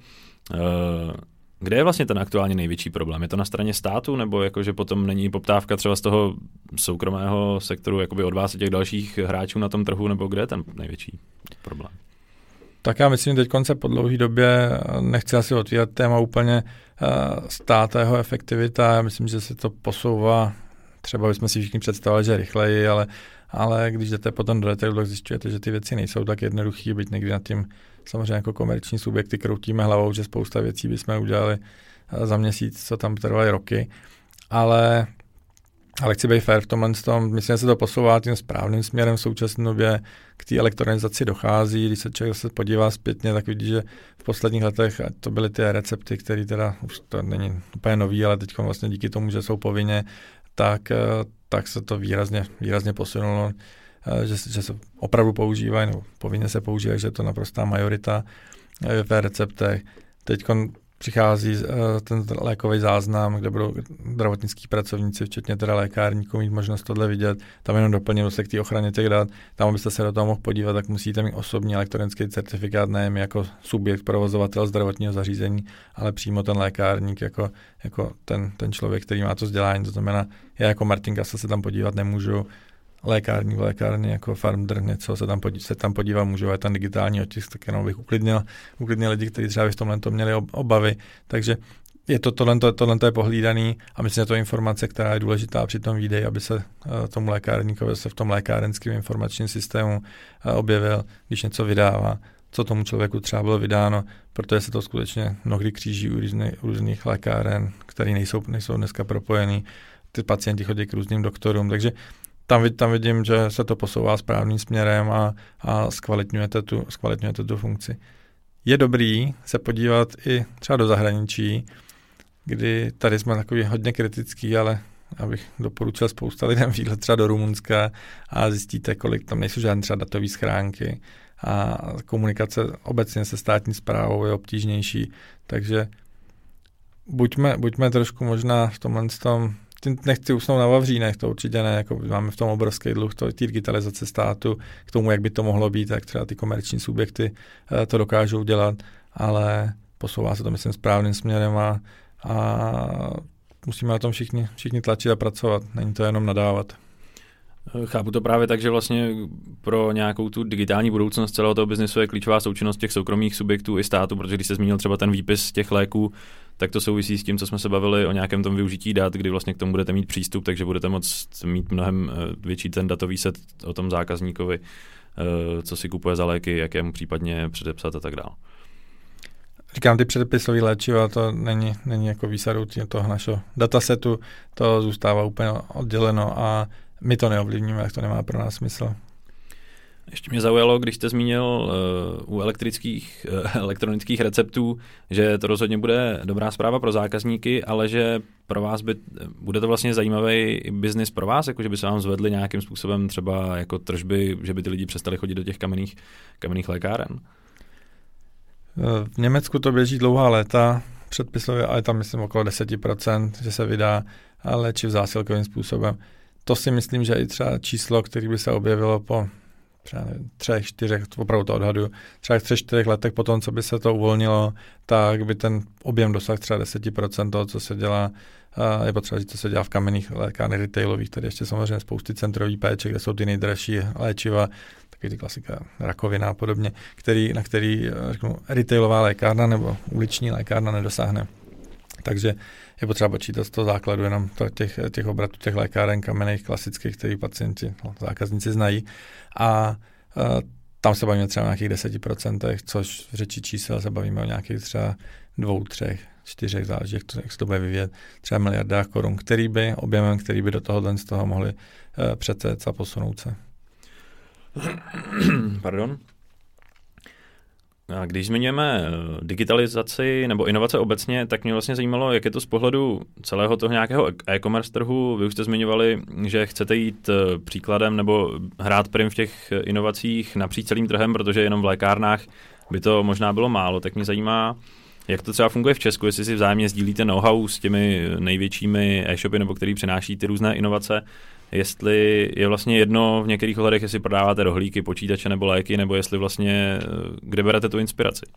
Speaker 1: Kde je vlastně ten aktuálně největší problém? Je to na straně státu, nebo jakože potom není poptávka třeba z toho soukromého sektoru jakoby od vás a těch dalších hráčů na tom trhu, nebo kde je ten největší problém?
Speaker 2: Tak já myslím, že teď se po dlouhé době nechci asi otvírat téma úplně stát a jeho efektivita. Já myslím, že se to posouvá, třeba bychom si všichni představili, že rychleji, ale, ale když jdete potom do detailu, tak zjišťujete, že ty věci nejsou tak jednoduchý, byť někdy nad tím samozřejmě jako komerční subjekty kroutíme hlavou, že spousta věcí bychom udělali za měsíc, co tam trvaly roky, ale, ale chci být fair v tomhle tom. Myslím, že se to posouvá tím správným směrem v současné době, k té elektronizaci dochází. Když se člověk se podívá zpětně, tak vidí, že v posledních letech to byly ty recepty, které teda, už to není úplně nový, ale teď vlastně díky tomu, že jsou povinně, tak, tak se to výrazně, výrazně posunulo, že, že se opravdu používají, nebo povinně se používají, že je to naprostá majorita v receptech. Teď přichází ten lékový záznam, kde budou zdravotnický pracovníci, včetně teda lékárníků, mít možnost tohle vidět. Tam jenom doplnil se k té ochraně těch dat. Tam, abyste se do toho mohl podívat, tak musíte mít osobní elektronický certifikát, nejen jako subjekt, provozovatel zdravotního zařízení, ale přímo ten lékárník, jako, jako ten, ten člověk, který má to vzdělání. To znamená, já jako Martin Kasa se tam podívat nemůžu, lékárník v lékárně jako farmer, něco se tam, podí, se tam podívat můžu, je tam digitální otisk, tak jenom bych uklidnil, uklidnil lidi, kteří třeba v tomhle to měli obavy. Takže je to tohle, tohle je pohlídaný a myslím, že to je informace, která je důležitá při tom výdeji, aby se tomu lékárníkovi se v tom lékárenském informačním systému objevil, když něco vydává, co tomu člověku třeba bylo vydáno, protože se to skutečně mnohdy kříží u různých, u různých lékáren, které nejsou, nejsou dneska propojený. Ty pacienti chodí k různým doktorům, takže Tam, tam vidím, že se to posouvá správným směrem a, a zkvalitňujete, tu, zkvalitňujete tu funkci. Je dobrý se podívat i třeba do zahraničí, kdy tady jsme takový hodně kritický, ale abych doporučil spousta lidem výlet třeba do Rumunska a zjistíte, kolik tam nejsou žádné třeba datové schránky a komunikace obecně se státní správou je obtížnější, takže buďme, buďme trošku možná v tomhle tom. Nechci usnout na vavřínech, to určitě ne, jako máme v tom obrovský dluh, to té digitalizace státu, k tomu, jak by to mohlo být, jak třeba ty komerční subjekty to dokážou dělat, ale posouvá se to, myslím, správným směrem a, a musíme na tom všichni, všichni tlačit a pracovat, není to jenom nadávat.
Speaker 1: Chápu to právě tak, že vlastně pro nějakou tu digitální budoucnost celého toho biznesu je klíčová součinnost těch soukromých subjektů i státu, protože když se zmínil třeba ten výpis těch léků, tak to souvisí s tím, co jsme se bavili o nějakém tom využití dat, kdy vlastně k tomu budete mít přístup, takže budete moct mít mnohem větší ten datový set o tom zákazníkovi, co si kupuje za léky, jak je mu případně předepsat a tak dále.
Speaker 2: Říkám, ty předpisové léčiva, to není, není jako výsadou toho našeho datasetu, to zůstává úplně odděleno a my to neovlivníme, jak to nemá pro nás smysl.
Speaker 1: Ještě mě zaujalo, když jste zmínil uh, u elektrických, uh, elektronických receptů, že to rozhodně bude dobrá zpráva pro zákazníky, ale že pro vás by, bude to vlastně zajímavý biznis pro vás, jako že by se vám zvedli nějakým způsobem třeba jako tržby, že by ty lidi přestali chodit do těch kamenných, kamenných lékáren?
Speaker 2: V Německu to běží dlouhá léta, předpisově, ale tam myslím okolo deset procent, že se vydá léčiv zásilkovým způsobem. To si myslím, že i třeba číslo, které by se objevilo po třeba třech, čtyřech, opravdu to odhaduju, třeba třech, čtyřech letech po tom, co by se to uvolnilo, tak by ten objem dosáhl třeba deset procent toho, co se dělá, je potřeba říct, co se dělá v kamenných lékárnách retailových, tady ještě samozřejmě spousty centrový péče, kde jsou ty nejdražší léčiva, taky ty klasika rakovina a podobně, který, na který řeknu, retailová lékárna nebo uliční lékárna nedosáhne. Takže je potřeba počítat z toho základu jenom to těch, těch obratů, těch lékáren kamenných klasických, který pacienti, no, zákazníci znají. A, a tam se bavíme třeba o nějakých deset procent, což v řeči čísel se bavíme o nějakých třeba dvou, třech, čtyřech, záleží, jak, to, jak se to bude vyvíjet, třeba miliardách korun, který by, objemem, který by do tohohle z toho mohli uh, přecét a posunout se.
Speaker 1: Pardon. A když zmiňujeme digitalizaci nebo inovace obecně, tak mě vlastně zajímalo, jak je to z pohledu celého toho nějakého e-commerce trhu. Vy už jste zmiňovali, že chcete jít příkladem nebo hrát prim v těch inovacích napříč celým trhem, protože jenom v lékárnách by to možná bylo málo. Tak mě zajímá, Jak to třeba funguje v Česku, jestli si vzájemně sdílíte know-how s těmi největšími e-shopy, nebo který přináší ty různé inovace, jestli je vlastně jedno v některých ohledech, jestli prodáváte rohlíky, počítače nebo léky, nebo jestli vlastně, kde berete tu inspiraci?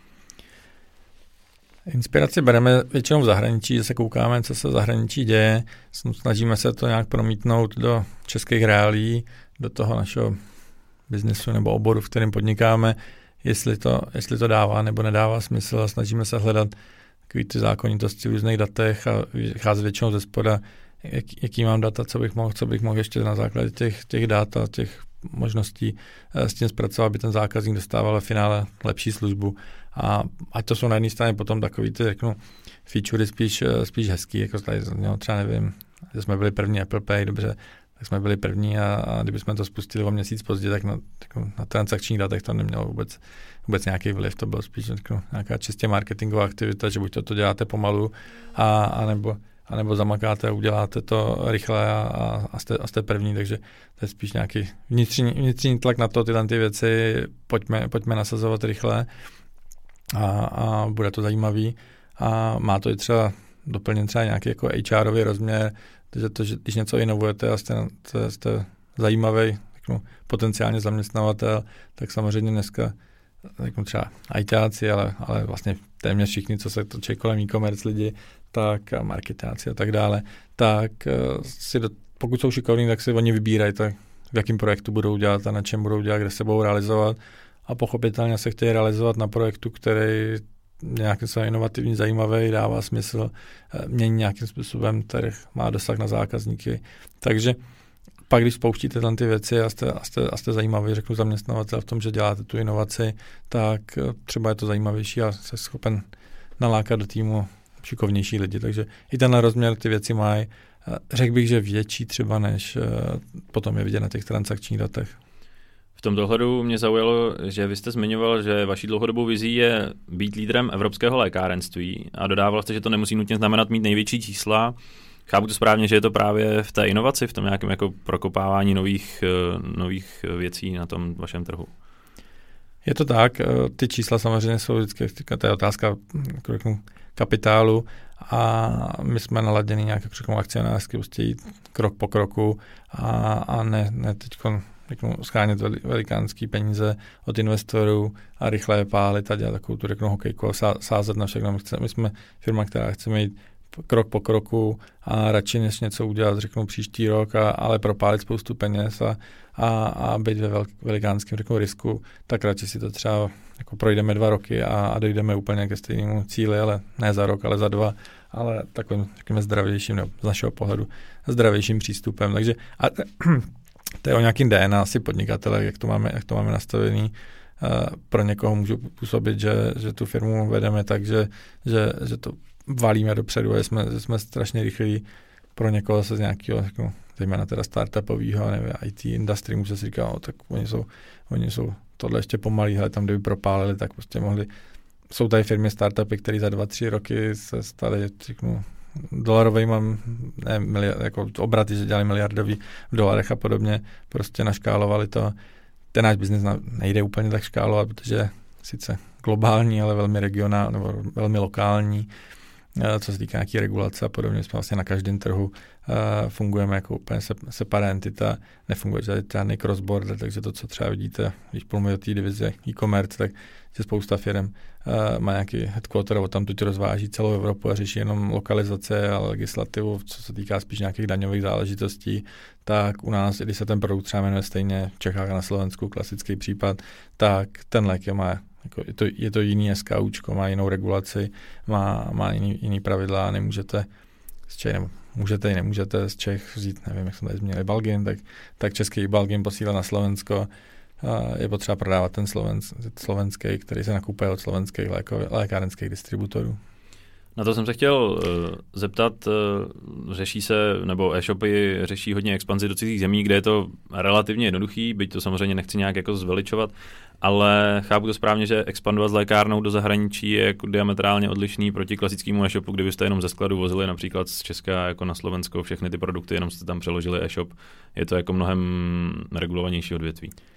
Speaker 2: Inspiraci bereme většinou v zahraničí, že se koukáme, co se v zahraničí děje, snažíme se to nějak promítnout do českých reálí, do toho našeho biznesu nebo oboru, v kterém podnikáme, jestli to, jestli to dává nebo nedává smysl, a snažíme se hledat takový ty zákonitosti v různých datech a vycházet většinou ze spoda, jak, jaký mám data, co bych mohl, co bych mohl ještě na základě těch, těch dat a těch možností s tím zpracovat, aby ten zákazník dostával v finále lepší službu. A ať to jsou na jedné straně potom takový ty, řeknu, featurey spíš, spíš hezký, jako tady, no, třeba nevím, že jsme byli první Apple Pay, dobře, tak jsme byli první a, a kdybychom to spustili o měsíc později, tak na, jako na transakčních datech to nemělo vůbec, vůbec nějaký vliv, to bylo spíš jako nějaká čistě marketingová aktivita, že buď to, to děláte pomalu, a, a nebo a nebo zamakáte a uděláte to rychle a, a, jste, a jste první, takže to je spíš nějaký vnitřní, vnitřní tlak na to, tyhle ty věci, pojďme, pojďme nasazovat rychle a, a bude to zajímavý a má to i třeba doplněn třeba nějaký jako há erový rozměr, takže to, že když něco inovujete a jste, jste, jste zajímavý potenciálně zaměstnavatel, tak samozřejmě dneska řeknu třeba ajťáci, ale, ale vlastně téměř všichni, co se točí kolem e-commerce lidi, tak a marketáci a tak dále, tak si do, pokud jsou šikovní, tak si oni vybírají, tak v jakém projektu budou dělat a na čem budou dělat, kde se budou realizovat a pochopitelně se chtějí realizovat na projektu, který nějakým způsobem inovativní, zajímavý, dává smysl, mění nějakým způsobem trh, má dosah na zákazníky. Takže pak, když spouštíte tam ty věci a jste, a jste, a jste zajímavý, řeknu zaměstnavatel v tom, že děláte tu inovaci, tak třeba je to zajímavější a jste schopen nalákat do týmu šikovnější lidi. Takže i tenhle rozměr ty věci mají. Řekl bych, že větší třeba, než potom je vidět na těch transakčních datech.
Speaker 1: V tomto ohledu mě zaujalo, že vy jste zmiňoval, že vaší dlouhodobou vizí je být lídrem evropského lékárenství a dodával jste, že to nemusí nutně znamenat mít největší čísla. Chápu to správně, že je to právě v té inovaci, v tom nějakém jako prokopávání nových, nových věcí na tom vašem trhu.
Speaker 2: Je to tak, ty čísla samozřejmě jsou vždycky, to je otázka kapitálu a my jsme naladěni nějak jako akcionářsky, prostě jít krok po kroku a, a ne, ne teďko schánět velikánský peníze od investorů a rychle je pálit a dělat takovou tu řeknu hokejku a sázet na všechno. My, chce, my jsme firma, která chceme jít krok po kroku a radši než něco udělat, řeknu příští rok, a, ale propálit spoustu peněz a, a, a být ve velk, velikánském řeknu risku, tak radši si to třeba jako projdeme dva roky a, a dojdeme úplně ke stejnému cíli, ale ne za rok, ale za dva, ale takovým řekněme zdravějším, nebo z našeho pohledu zdravějším přístupem. Takže a, to je o nějakým D N A asi podnikatele, jak to máme, jak to máme nastavený. Uh, pro někoho můžu působit, že, že tu firmu vedeme tak, že, že, že to valíme dopředu, že jsme, že jsme strašně rychlí. Pro někoho se z nějakého, jako, zejména teda startupového, nevím, í té industry, může si říkat, no, tak oni jsou, oni jsou tohle ještě pomalý, ale tam, kdyby propálili, tak prostě mohli. Jsou tady firmy, startupy, které za dva, tři roky se staly, řeknu, dolarový mám, ne, miliard, jako obraty, že dělali miliardový v dolarech a podobně, prostě naškálovali to. Ten náš biznes nejde úplně tak škálovat, protože sice globální, ale velmi regionální nebo velmi lokální, co se týká nějaký regulace a podobně. Jsme vlastně na každém trhu uh, fungujeme jako úplně separátní entita, nefunguje žádný cross-border, takže to, co třeba vidíte, když plumuje o té divize e-commerce, tak že spousta firm uh, má nějaký headquarter, a tam tu rozváží celou Evropu a řeší jenom lokalizace a legislativu, co se týká spíš nějakých daňových záležitostí, tak u nás, když se ten produkt třeba jmenuje stejně v Čechách a na Slovensku, klasický případ, tak ten lék je má Jako je, to, je to jiný SKUčko, má jinou regulaci, má, má jiný, jiný pravidla a nemůžete z Čech, nebo můžete i nemůžete z Čech vzít, nevím, jak jsme tady změnili Balgin, tak, tak český Balgin posílá na Slovensko. A je potřeba prodávat ten slovenský, slovenský, který se nakupuje od slovenských léko, lékárenských distributorů.
Speaker 1: Na to jsem se chtěl uh, zeptat, uh, řeší se, nebo e-shopy řeší hodně expanzi do cizích zemí, kde je to relativně jednoduchý, byť to samozřejmě nechci nějak jako zveličovat, ale chápu to správně, že expandovat s lékárnou do zahraničí je jako diametrálně odlišný proti klasickému e-shopu, kdybyste jenom ze skladu vozili například z Česka jako na Slovensko všechny ty produkty, jenom jste tam přeložili e-shop, je to jako mnohem regulovanější odvětví.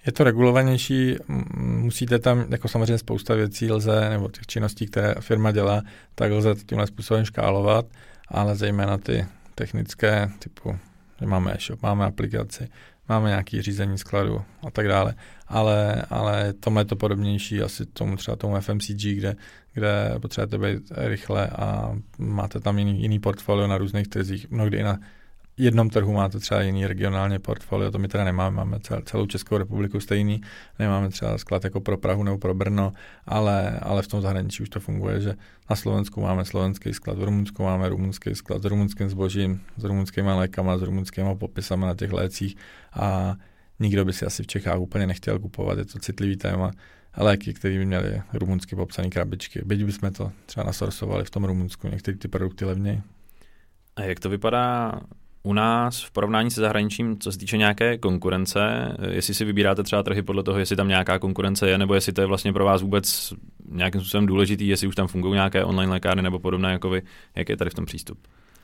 Speaker 2: Je to regulovanější, musíte tam, jako samozřejmě spousta věcí lze, nebo těch činností, které firma dělá, tak lze tímhle způsobem škálovat, ale zejména ty technické, typu, že máme e-shop, máme aplikaci, máme nějaké řízení skladu a tak dále, ale, ale tomhle je to podobnější asi tomu třeba tomu F M C G, kde, kde potřebujete být rychle a máte tam jiný, jiný portfolio na různých trzích, mnohdy i na jednom trhu máte třeba jiný regionálně portfolio, to my teda nemáme, máme celou Českou republiku stejný, nemáme třeba sklad jako pro Prahu nebo pro Brno, ale, ale v tom zahraničí už to funguje, že na Slovensku máme slovenský sklad, v Rumunsku máme rumunský sklad s rumunským zbožím, s rumunskými lékama, s rumunskými popisama na těch lécích a nikdo by si asi v Čechách úplně nechtěl kupovat, je to citlivý téma, léky, které by měly rumunsky popsané krabičky, byť bychom to třeba nasorsovali v tom Rumunsku, některé ty produkty levněji.
Speaker 1: A jak to vypadá u nás v porovnání se zahraničím, co se týče nějaké konkurence, jestli si vybíráte třeba trhy podle toho, jestli tam nějaká konkurence je, nebo jestli to je vlastně pro vás vůbec nějakým způsobem důležitý, jestli už tam fungují nějaké online lékárny nebo podobné jako vy, jak je tady v tom přístup?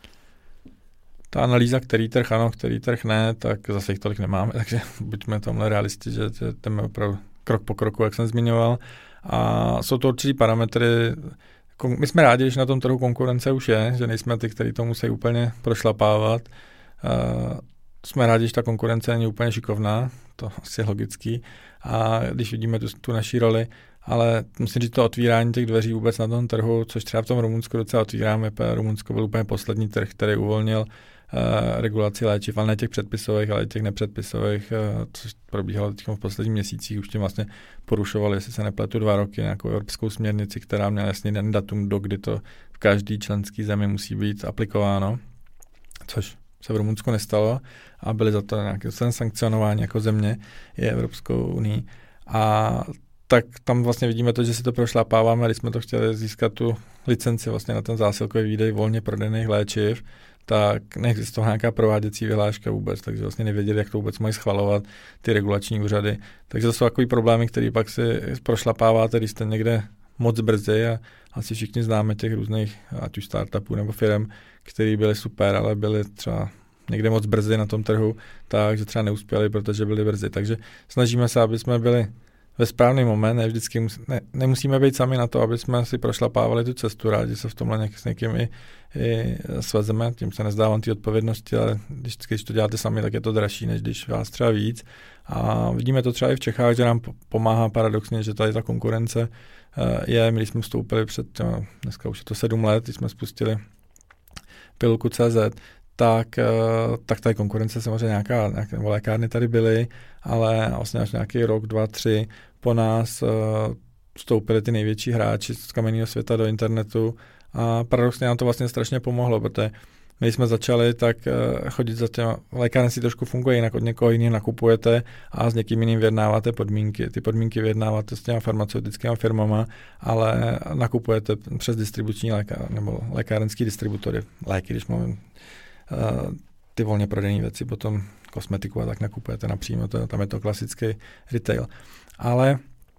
Speaker 2: Ta analýza, který trh ano, který trh ne, tak zase jich tolik nemáme, takže buďme tomhle realisti, že jdeme opravdu krok po kroku, jak jsem zmiňoval. A jsou to určitý parametry. My jsme rádi, že na tom trhu konkurence už je, že nejsme ty, kteří to musí úplně prošlapávat. Uh, jsme rádi, že ta konkurence není úplně šikovná, to asi je logický. A když vidíme tu, tu naší roli, ale musím říct, to otvírání těch dveří vůbec na tom trhu, což třeba v tom Rumunsku docela otvíráme, Rumunsko byl úplně poslední trh, který uvolnil uh, regulaci léčiv, ale ne těch předpisových, ale těch nepředpisových, uh, což probíhalo teď v posledních měsících, už tím vlastně porušovali, jestli se nepletu, dva roky nějakou evropskou směrnici, která měla jasný den datum, do kdy to v každý členský zemi musí být aplikováno, což se v Rumunsku nestalo a byli za to nějaké sankcionování jako země i Evropskou unii. A tak tam vlastně vidíme to, že si to prošlapáváme, když jsme to chtěli získat tu licenci vlastně na ten zásilkový výdej volně prodejných léčiv, tak neexistovala nějaká prováděcí vyhláška vůbec, takže vlastně nevěděli, jak to vůbec mají schvalovat ty regulační úřady. Takže to jsou takový problémy, které pak si prošlapáváte, když jste někde moc brzy a asi všichni známe těch různých, ať už startupů nebo firm, které byly super, ale byly třeba někde moc brzy na tom trhu, takže třeba neuspěli, protože byli brzy. Takže snažíme se, aby jsme byli ve správný moment, ne vždycky musí, ne, nemusíme být sami na to, aby jsme si prošlapávali tu cestu, rádi se v tomhle nějak, s někým i, i svezeme, tím se nezdávám ty odpovědnosti, ale když, když to děláte sami, tak je to dražší, než když vás třeba víc. A vidíme to třeba i v Čechách, že nám pomáhá paradoxně, že tady ta konkurence je, my když jsme vstoupili před, dneska už je to sedm let, když jsme spustili pilulku tečka cé zet, tak, tak tady konkurence samozřejmě nějaká, nějaké lékárny tady byly, ale vlastně až nějaký rok, dva, tři po nás uh, vstoupili ty největší hráči z kamenného světa do internetu a paradoxně nám to vlastně strašně pomohlo, protože my jsme začali tak uh, chodit za těma, lékárny si trošku funguje jinak, od někoho jiného nakupujete a s někým jiným vyjednáváte podmínky. Ty podmínky vyjednáváte s těma farmaceutickými firmama, ale nakupujete přes distribuční lékár, nebo lékárenský distributory, léky, když mluvím. Uh, ty volně prodejné věci, potom kosmetiku a tak nakupujete napřímo, to, tam je to klasický retail. Ale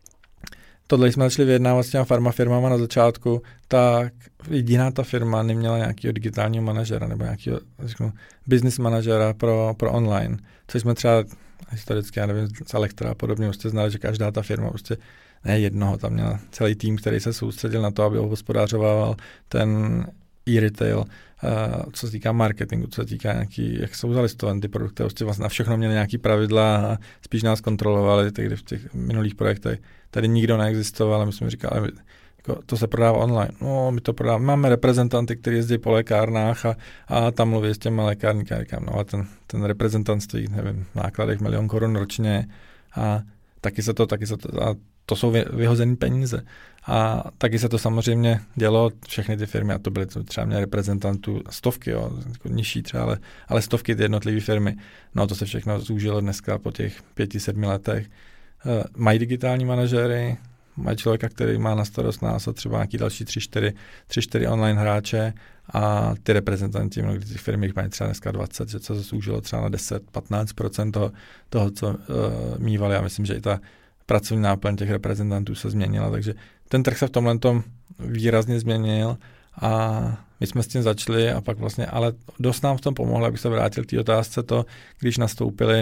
Speaker 2: tohle jsme začali vyjednávat s těma farmafirmama na začátku, tak jediná ta firma neměla nějakého digitálního manažera nebo nějakého řeknu, business manažera pro, pro online, což jsme třeba historicky, já nevím, z Elektra a podobně, už jste znali, že každá ta firma prostě ne jednoho, tam měla celý tým, který se soustředil na to, aby hospodářoval ten e-retail, uh, co se týká marketingu, co se týká nějaký, jak jsou zalistované ty produkty, vlastně, vlastně na všechno měli nějaký pravidla a spíš nás kontrolovali, tehdy v těch minulých projektech. Tady nikdo neexistoval, ale my jsme říkali, jako, to se prodává online. No, my to prodáváme. Máme reprezentanty, kteří jezdí po lékárnách a, a tam mluví s těma lékárníky. Říkám, no a ten, ten reprezentant stojí, nevím, v nákladech milion korun ročně a taky se to, taky se to, a to jsou vyhozené peníze. A taky se to samozřejmě dělo, všechny ty firmy, a to byly to třeba měly reprezentantů stovky, jo, jako nižší třeba, ale, ale stovky ty jednotlivé firmy. No to se všechno zúžilo dneska po těch pěti, sedmi letech. E, mají digitální manažery, mají člověka, který má na starost nás a třeba nějaký další tři, čtyři, tři, čtyři online hráče a ty reprezentanti, mnohdy ty firmy mají třeba dneska dvacet, že co se zúžilo třeba na deset patnáct procent toho, toho co uh, mívali. Já myslím, že i ta pracovní náplň těch reprezentantů se změnila, takže ten trh se v tomhle tom výrazně změnil a my jsme s tím začali a pak vlastně, ale dost nám v tom pomohlo, abych se vrátil k té otázce to, když nastoupili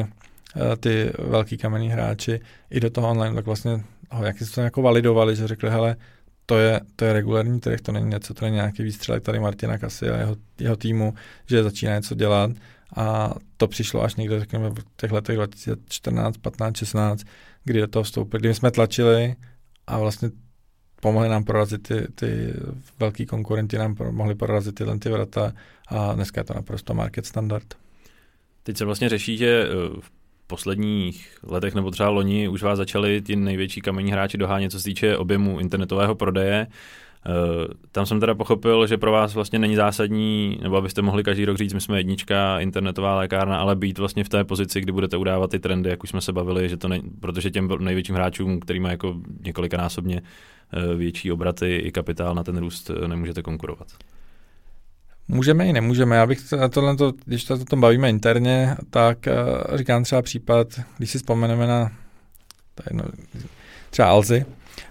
Speaker 2: ty velký kamenný hráči i do toho online, tak vlastně ho jaký se to jako validovali, že řekli, hele, to je, to je regulární trh, to není něco, to není nějaký výstřelek tady Martina Kasy a jeho, jeho týmu, že začíná něco dělat a to přišlo až někde, řekněme, v těch letech dva tisíce čtrnáct, patnáct, šestnáct, kdy do toho vstoupili, kdy jsme tlačili a vlastně pomohli nám prorazit ty, ty velký konkurenti, nám mohli prorazit tyhle ty vrata a dneska je to naprosto market standard.
Speaker 1: Teď se vlastně řeší, že v posledních letech nebo třeba loni už vás začali ti největší kamenní hráči dohánět, co se týče objemu internetového prodeje. Tam jsem teda pochopil, že pro vás vlastně není zásadní, nebo abyste mohli každý rok říct, my jsme jednička internetová lékárna, ale být vlastně v té pozici, kdy budete udávat ty trendy, jak už jsme se bavili, že to ne, protože těm největším hráčům, který má jako několikanásobně větší obraty i kapitál na ten růst, nemůžete konkurovat.
Speaker 2: Můžeme i nemůžeme. Já bych tohle, když to o tom bavíme interně, tak říkám třeba případ, když si vzpomeneme na no, třeba Alzy,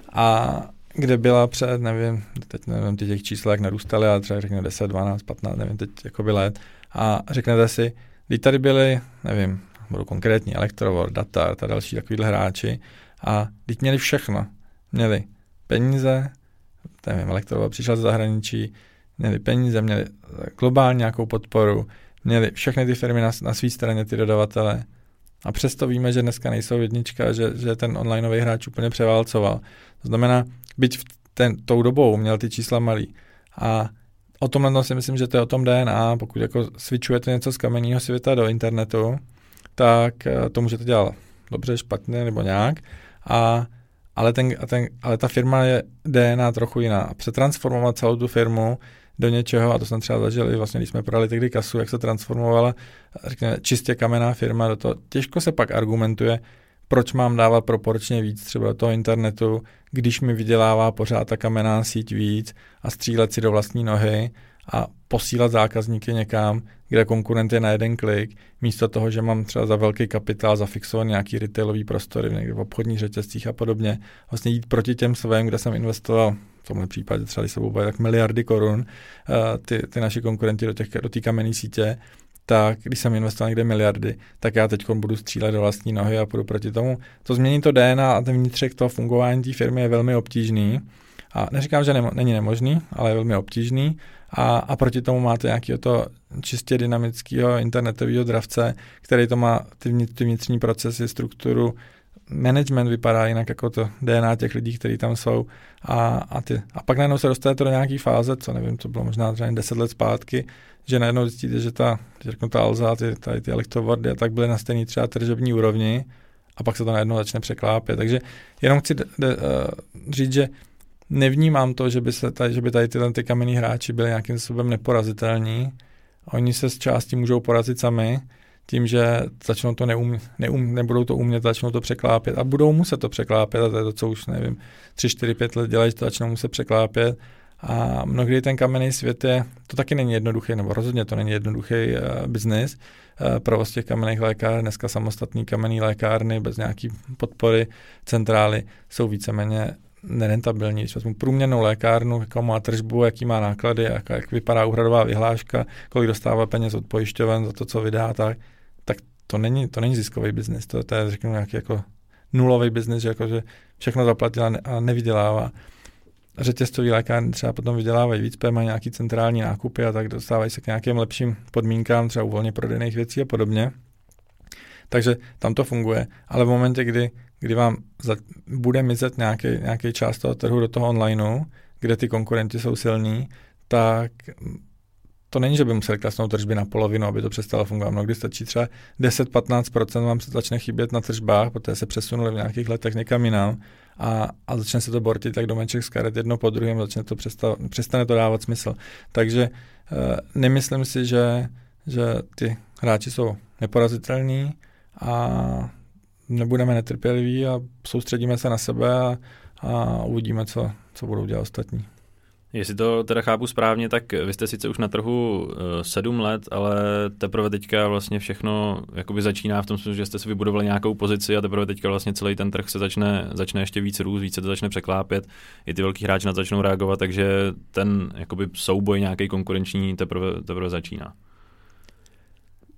Speaker 2: a kde byla před, nevím, teď nevím, ty těch čísla, jak narůstaly, ale třeba řekněme deset, dvanáct, patnáct, nevím, teď jakoby let, a řeknete si, když tady byli, nevím, budou konkrétní, Elektrovod, Datar, a další takovýhle hráči, a teď měli všechno. Měli peníze, nevím, Elektrovod přišel z zahraničí, měli peníze, měli globální nějakou podporu, měli všechny ty firmy na, na své straně, ty dodavatele. A přesto víme, že dneska nejsou jednička, že, že ten onlineový hráč úplně převálcoval. To znamená, byť v ten, tou dobou měl ty čísla malý. A o tomhle si myslím, že to je o tom D N A. Pokud jako switchujete něco z kamenného světa do internetu, tak to můžete dělat dobře, špatně nebo nějak. A ale, ten, ten, ale ta firma je D N A trochu jiná. Přetransformovat celou tu firmu do něčeho, a to jsem třeba zažil i vlastně, když jsme prodali tehdy Kasu, jak se transformovala, řekněme, čistě kamenná firma do toho. Těžko se pak argumentuje, proč mám dávat proporčně víc třeba do toho internetu, když mi vydělává pořád ta kamenná síť víc a střílet si do vlastní nohy a posílat zákazníky někam, kde konkurent je na jeden klik, místo toho, že mám třeba za velký kapitál zafixovat nějaký retailový prostory někde v obchodních řetězcích a podobně. Vlastně jít proti těm svým, kde jsem investoval, v tomhle případě třeba, když se bude tak miliardy korun, ty, ty naši konkurenti do té do kamenné sítě, tak když jsem investoval někde miliardy, tak já teď budu střílet do vlastní nohy a půjdu proti tomu. To změní to D N A a ten vnitřek toho fungování té firmy je velmi obtížný. A neříkám, že nemo, není nemožný, ale je velmi obtížný. A, a proti tomu máte nějakého to čistě dynamického internetového dravce, který to má ty, vnitř, ty vnitřní procesy, strukturu. Management vypadá jinak jako to D N A těch lidí, kteří tam jsou. A, a, ty, a pak najednou se dostane to do nějaký fáze, co nevím, to bylo možná třeba deset let zpátky, že najednou zjistíte, že ta, řeknu, ta Alza, ty, tady ty elektrovardy a tak byly na stejný třeba tržební úrovni a pak se to najednou začne překlápět. Takže jenom chci de, de, uh, říct, že nevnímám to, že by, se tady, že by tady tyhle ty kamenný hráči byli nějakým způsobem neporazitelní. Oni se z části můžou porazit sami tím, že začnou to neum, neum, nebudou to umět, začnou to překlápět a budou muset to překlápět a to je to, co už nevím, tři, čtyři, pět let dělají, že to začnou muset překlápět. A mnohdy ten kamenný svět je, to taky není jednoduchý, nebo rozhodně to není jednoduchý uh, biznis. Uh, provoz těch kamenných lékáren, dneska samostatný kamenný lékárny bez nějaký podpory centrály jsou víceméně nerentabilní. Když vezmu průměrnou lékárnu, jakou má tržbu, jaký má náklady, jak, jak vypadá úhradová vyhláška, kolik dostává peněz od pojišťoven za to, co vydá, tak, tak to není, to není ziskový biznis. To, to je, řeknu, nějaký jako nulový biznis, že, jako, že všechno zaplatil a, ne, a nevydělává. Řetězcový lékárny třeba potom vydělávají víc, mají nějaký centrální nákupy a tak dostávají se k nějakým lepším podmínkám, třeba u volně prodejných věcí a podobně. Takže tam to funguje, ale v momentě, kdy, kdy vám za, bude mizet nějaký, nějaký část toho trhu do toho onlineu, kde ty konkurenti jsou silní, tak to není, že by museli klesnout tržby na polovinu, aby to přestalo fungovat. Mnohdy stačí třeba deset až patnáct procent vám se začne chybět na tržbách, protože se přesunuli v nějakých letech někam jinam a, a začne se to bortit tak domeček z karet jedno po druhém, začne to přestav, přestane to dávat smysl. Takže e, nemyslím si, že, že ty hráči jsou neporazitelní a nebudeme netrpěliví a soustředíme se na sebe a, a uvidíme, co, co budou dělat ostatní.
Speaker 1: Jestli to teda chápu správně, tak vy jste sice už na trhu sedm let, ale teprve teďka vlastně všechno jakoby začíná v tom smyslu, že jste si vybudovali nějakou pozici a teprve teďka vlastně celý ten trh se začne, začne ještě víc růst, více to začne překlápět, i ty velký hráči na to začnou reagovat, takže ten jakoby souboj nějaký konkurenční teprve, teprve začíná.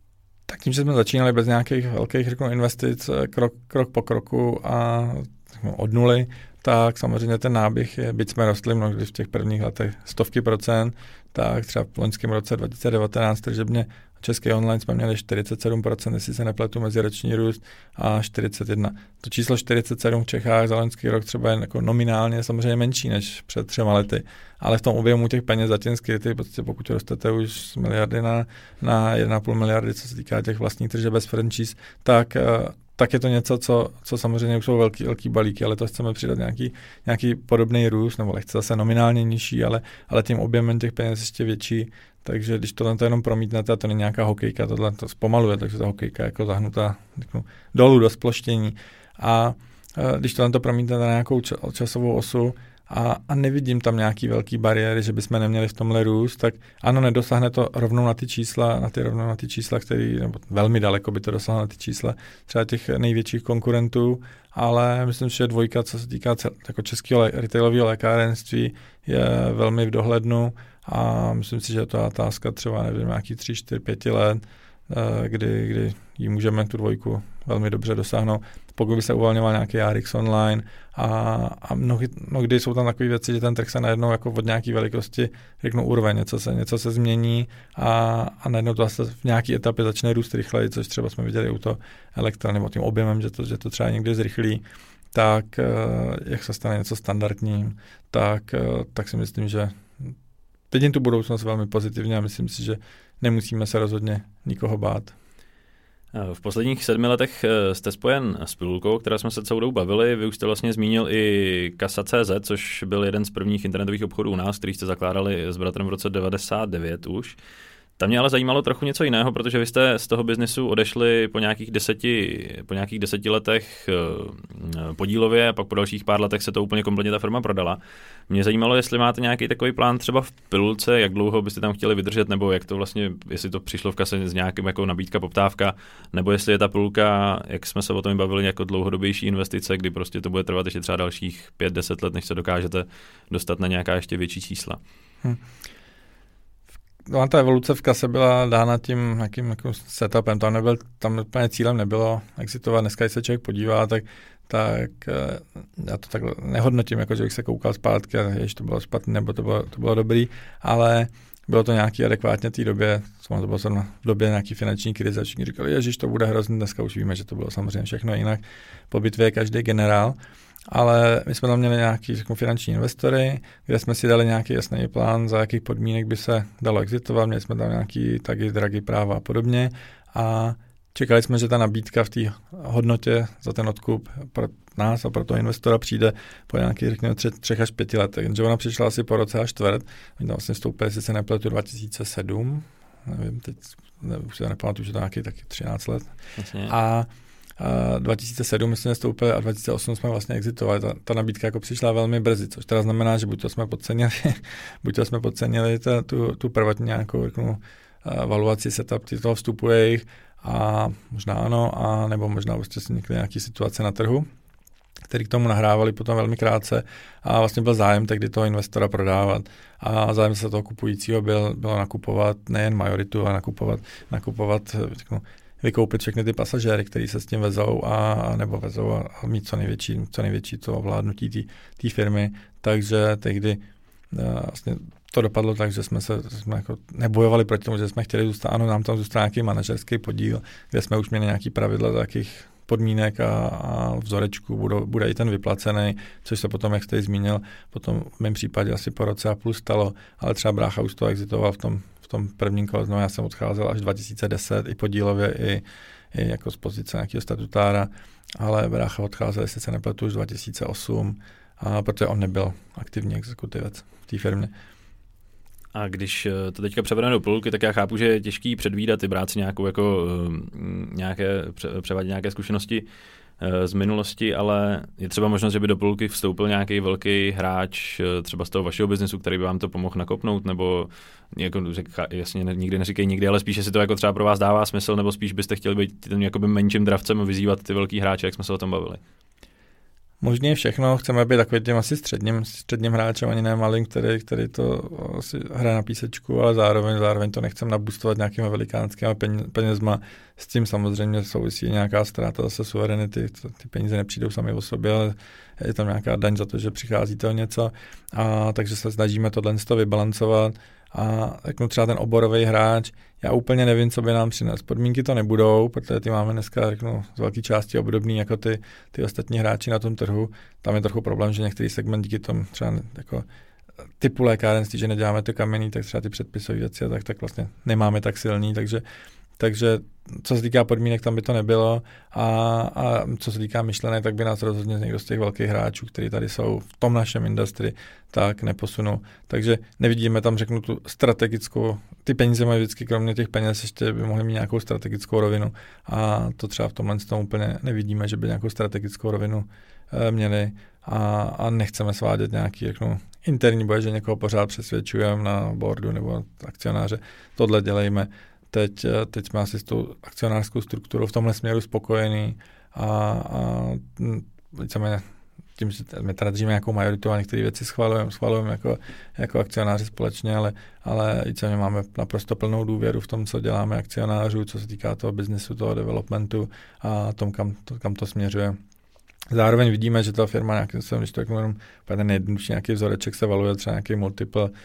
Speaker 2: Tak tím, že jsme začínali bez nějakých velkých řeknu, investic, krok, krok po kroku a řeknu, od nuly, tak samozřejmě ten náběh je, byť jsme rostli mnohdy v těch prvních letech stovky procent, tak třeba v loňském roce dva tisíce devatenáct tržebně český online jsme měli čtyřicet sedm procent, jestli se nepletu, meziroční růst a čtyřicet jedna. To číslo čtyřicet sedm v Čechách za loňský rok třeba je jako nominálně samozřejmě menší než před třema lety, ale v tom objemu těch peněz zatím skrytý, prostě pokud rostete už z miliardy na, na jedna celá pět miliardy, co se týká těch vlastních tržeb bez franchise, tak tak je to něco, co, co samozřejmě už jsou velký, velký balíky, ale to chceme přidat nějaký, nějaký podobný růst, nebo lehce zase nominálně nižší, ale, ale tím objemem těch peněz ještě větší, takže když tohle to jenom promítnete, a to není nějaká hokejka, tohle to zpomaluje, takže ta hokejka je jako zahnutá řeknu, dolů do sploštění. A když tohle to promítnete na nějakou časovou osu, A, a nevidím tam nějaký velký bariéry, že bychom neměli v tomhle růst, tak ano, nedosáhne to rovnou na ty čísla, na ty rovnou na ty čísla, který, nebo velmi daleko by to dosáhlo na ty čísla třeba těch největších konkurentů, ale myslím, že dvojka, co se týká cel, jako českého lé, retailového lékárenství, je velmi v dohlednu a myslím si, že to je otázka třeba, nevím, nějaký tři, čtyři, pěti let, kdy, kdy jí můžeme tu dvojku velmi dobře dosáhnout, pokud by se uvolňoval nějaký R X online a, a mnohdy, mnohdy jsou tam takové věci, že ten trh se najednou jako od nějaké velikosti řeknu úroveň, něco se, něco se změní a, a najednou to zase v nějaké etapě začne růst rychleji, což třeba jsme viděli u toho Elektra nebo tím objemem, že to, že to třeba někdy zrychlí, tak jak se stane něco standardním, tak, tak si myslím, že vidím tu budoucnost velmi pozitivně a myslím si, že nemusíme se rozhodně nikoho bát.
Speaker 1: V posledních sedmi letech jste spojen s Pilulkou, která jsme se celou dobu bavili. Vy už jste vlastně zmínil i Kasa tečka cé zet, což byl jeden z prvních internetových obchodů u nás, který jste zakládali s bratrem v roce devadesát devět už. Tam mě ale zajímalo trochu něco jiného, protože vy jste z toho biznisu odešli po nějakých deseti, po nějakých deseti letech podílově a pak po dalších pár letech se to úplně kompletně ta firma prodala. Mě zajímalo, jestli máte nějaký takový plán třeba v Pilulce, jak dlouho byste tam chtěli vydržet, nebo jak to vlastně, jestli to přišlo v Kase s nějakým jako nabídka, poptávka, nebo jestli je ta Pilulka, jak jsme se o tom bavili, jako dlouhodobější investice, kdy prostě to bude trvat ještě třeba dalších pět deset let, než se dokážete dostat na nějaká ještě větší čísla. Hmm.
Speaker 2: No, ta evoluce v Kase byla dána tím nějakým jako setupem, tam, nebyl, tam úplně cílem nebylo exitovat, dneska když se člověk podívá, tak, tak já to tak nehodnotím, jako že bych se koukal zpátky a jež to bylo špatné, nebo to bylo, to bylo dobrý, ale bylo to nějaký adekvátně té době, to bylo v době nějaký finanční krize, všichni říkali, ježiš, to bude hrozný, dneska už víme, že to bylo samozřejmě všechno jinak, po bitvě je každý generál. Ale my jsme tam měli nějaký řeknu, finanční investory, kde jsme si dali nějaký jasný plán, za jakých podmínek by se dalo exitovat, měli jsme tam nějaký taky dragy práva a podobně a čekali jsme, že ta nabídka v té hodnotě za ten odkup pro nás a pro toho investora přijde po nějakých, řekněme, tři, třech až pěti letech. Takže ona přišla asi po roce a čtvrt, oni tam vlastně vstoupili, jestli se nepletu, dva tisíce sedm, nevím, teď ne, už se nepamatuju, že to nějaký taky třináct let. Vlastně. A Uh, dva tisíce sedm jsme vstoupili a dva tisíce osm jsme vlastně exitovali. Ta, ta nabídka jako přišla velmi brzy, což teda znamená, že buď to jsme podcenili, buď to jsme podcenili ta, tu, tu prvotní nějakou řeknu, uh, valuaci setup toho vstupu jejich a možná ano, a nebo možná vlastně si někde nějaký situace na trhu, který k tomu nahrávali potom velmi krátce a vlastně byl zájem tehdy toho investora prodávat a zájem se toho kupujícího byl, bylo nakupovat nejen majoritu, ale nakupovat, nakupovat řeknu, vykoupit všechny ty pasažéry, kteří se s tím vezou a nebo vezou a, a mít co největší, co největší to ovládnutí té firmy. Takže tehdy uh, vlastně to dopadlo tak, že jsme se jsme jako nebojovali proti tomu, že jsme chtěli zůstat, ano, nám tam zůstal nějaký manažerský podíl, kde jsme už měli nějaký pravidla takých podmínek a, a vzorečku bude, bude i ten vyplacený, což se potom, jak jste zmínil, potom v mém případě asi po roce a půl stalo, ale třeba brácha už to exitoval v tom v tom prvním kole, no já jsem odcházel až dva tisíce deset i podílově, i, i jako z pozice nějakého statutára, ale brácha odcházel, jestli se nepletu, už dva tisíce osm, a protože on nebyl aktivní exekutivec v té firmě.
Speaker 1: A když to teďka převedeme do Pilulky, tak já chápu, že je těžký předvídat i brát si nějakou jako nějaké, převádět nějaké zkušenosti z minulosti, ale je třeba možnost, že by do Pilulky vstoupil nějaký velký hráč třeba z toho vašeho biznesu, který by vám to pomohl nakopnout, nebo jako řeka, jasně nikdy neříkej nikdy, ale spíš si to jako třeba pro vás dává smysl, nebo spíš byste chtěli být tím jakoby menším dravcem a vyzývat ty velký hráče, jak jsme se o tom bavili.
Speaker 2: možný je všechno, chceme být takový tím asi středním, středním hráčem, ani ne malým, který, který to asi hraje na písečku, ale zároveň, zároveň to nechceme nabustovat nějakýma velikánskými penězma. S tím samozřejmě souvisí nějaká ztráta zase suverenity, ty peníze nepřijdou sami o sobě, ale je tam nějaká daň za to, že přicházíte o něco. A takže se snažíme tohle to vybalancovat. A řeknu třeba ten oborový hráč, já úplně nevím, co by nám přinesl. Podmínky to nebudou, protože ty máme dneska, řeknu, z velké části obdobný jako ty, ty ostatní hráči na tom trhu. Tam je trochu problém, že některý segment díky tomu třeba jako typu lékárenství, že neděláme to kamenný, tak třeba ty předpisové věci a tak, tak vlastně nemáme tak silný, takže Takže co se týká podmínek, tam by to nebylo a, a co se týká myšlenek, tak by nás rozhodně někdo z těch velkých hráčů, kteří tady jsou v tom našem industrii, tak neposunul. Takže nevidíme tam, řeknu, tu strategickou, ty peníze mají vždycky, kromě těch peněz, ještě by mohly mít nějakou strategickou rovinu a to třeba v tomhle tom úplně nevidíme, že by nějakou strategickou rovinu e, měli a, a nechceme svádět nějaký, řeknu, interní boje, že někoho pořád přesvědčujeme na boardu nebo akcionáře, tohle dělejme. Teď, teď jsme asi s tou akcionářskou strukturou v tomhle směru spokojení a, a víceméně tím, že my teda držíme nějakou majoritu a některé věci schvalujeme, schvalujeme jako, jako akcionáři společně, ale, ale víceméně máme naprosto plnou důvěru v tom, co děláme akcionářů, co se týká toho biznesu, toho developmentu a tom, kam to, kam to směřuje. Zároveň vidíme, že ta firma nějakým způsobem, když to řeknu jenom ten nejjednodušší nějaký vzoreček se valuje třeba nějaký multiple uh,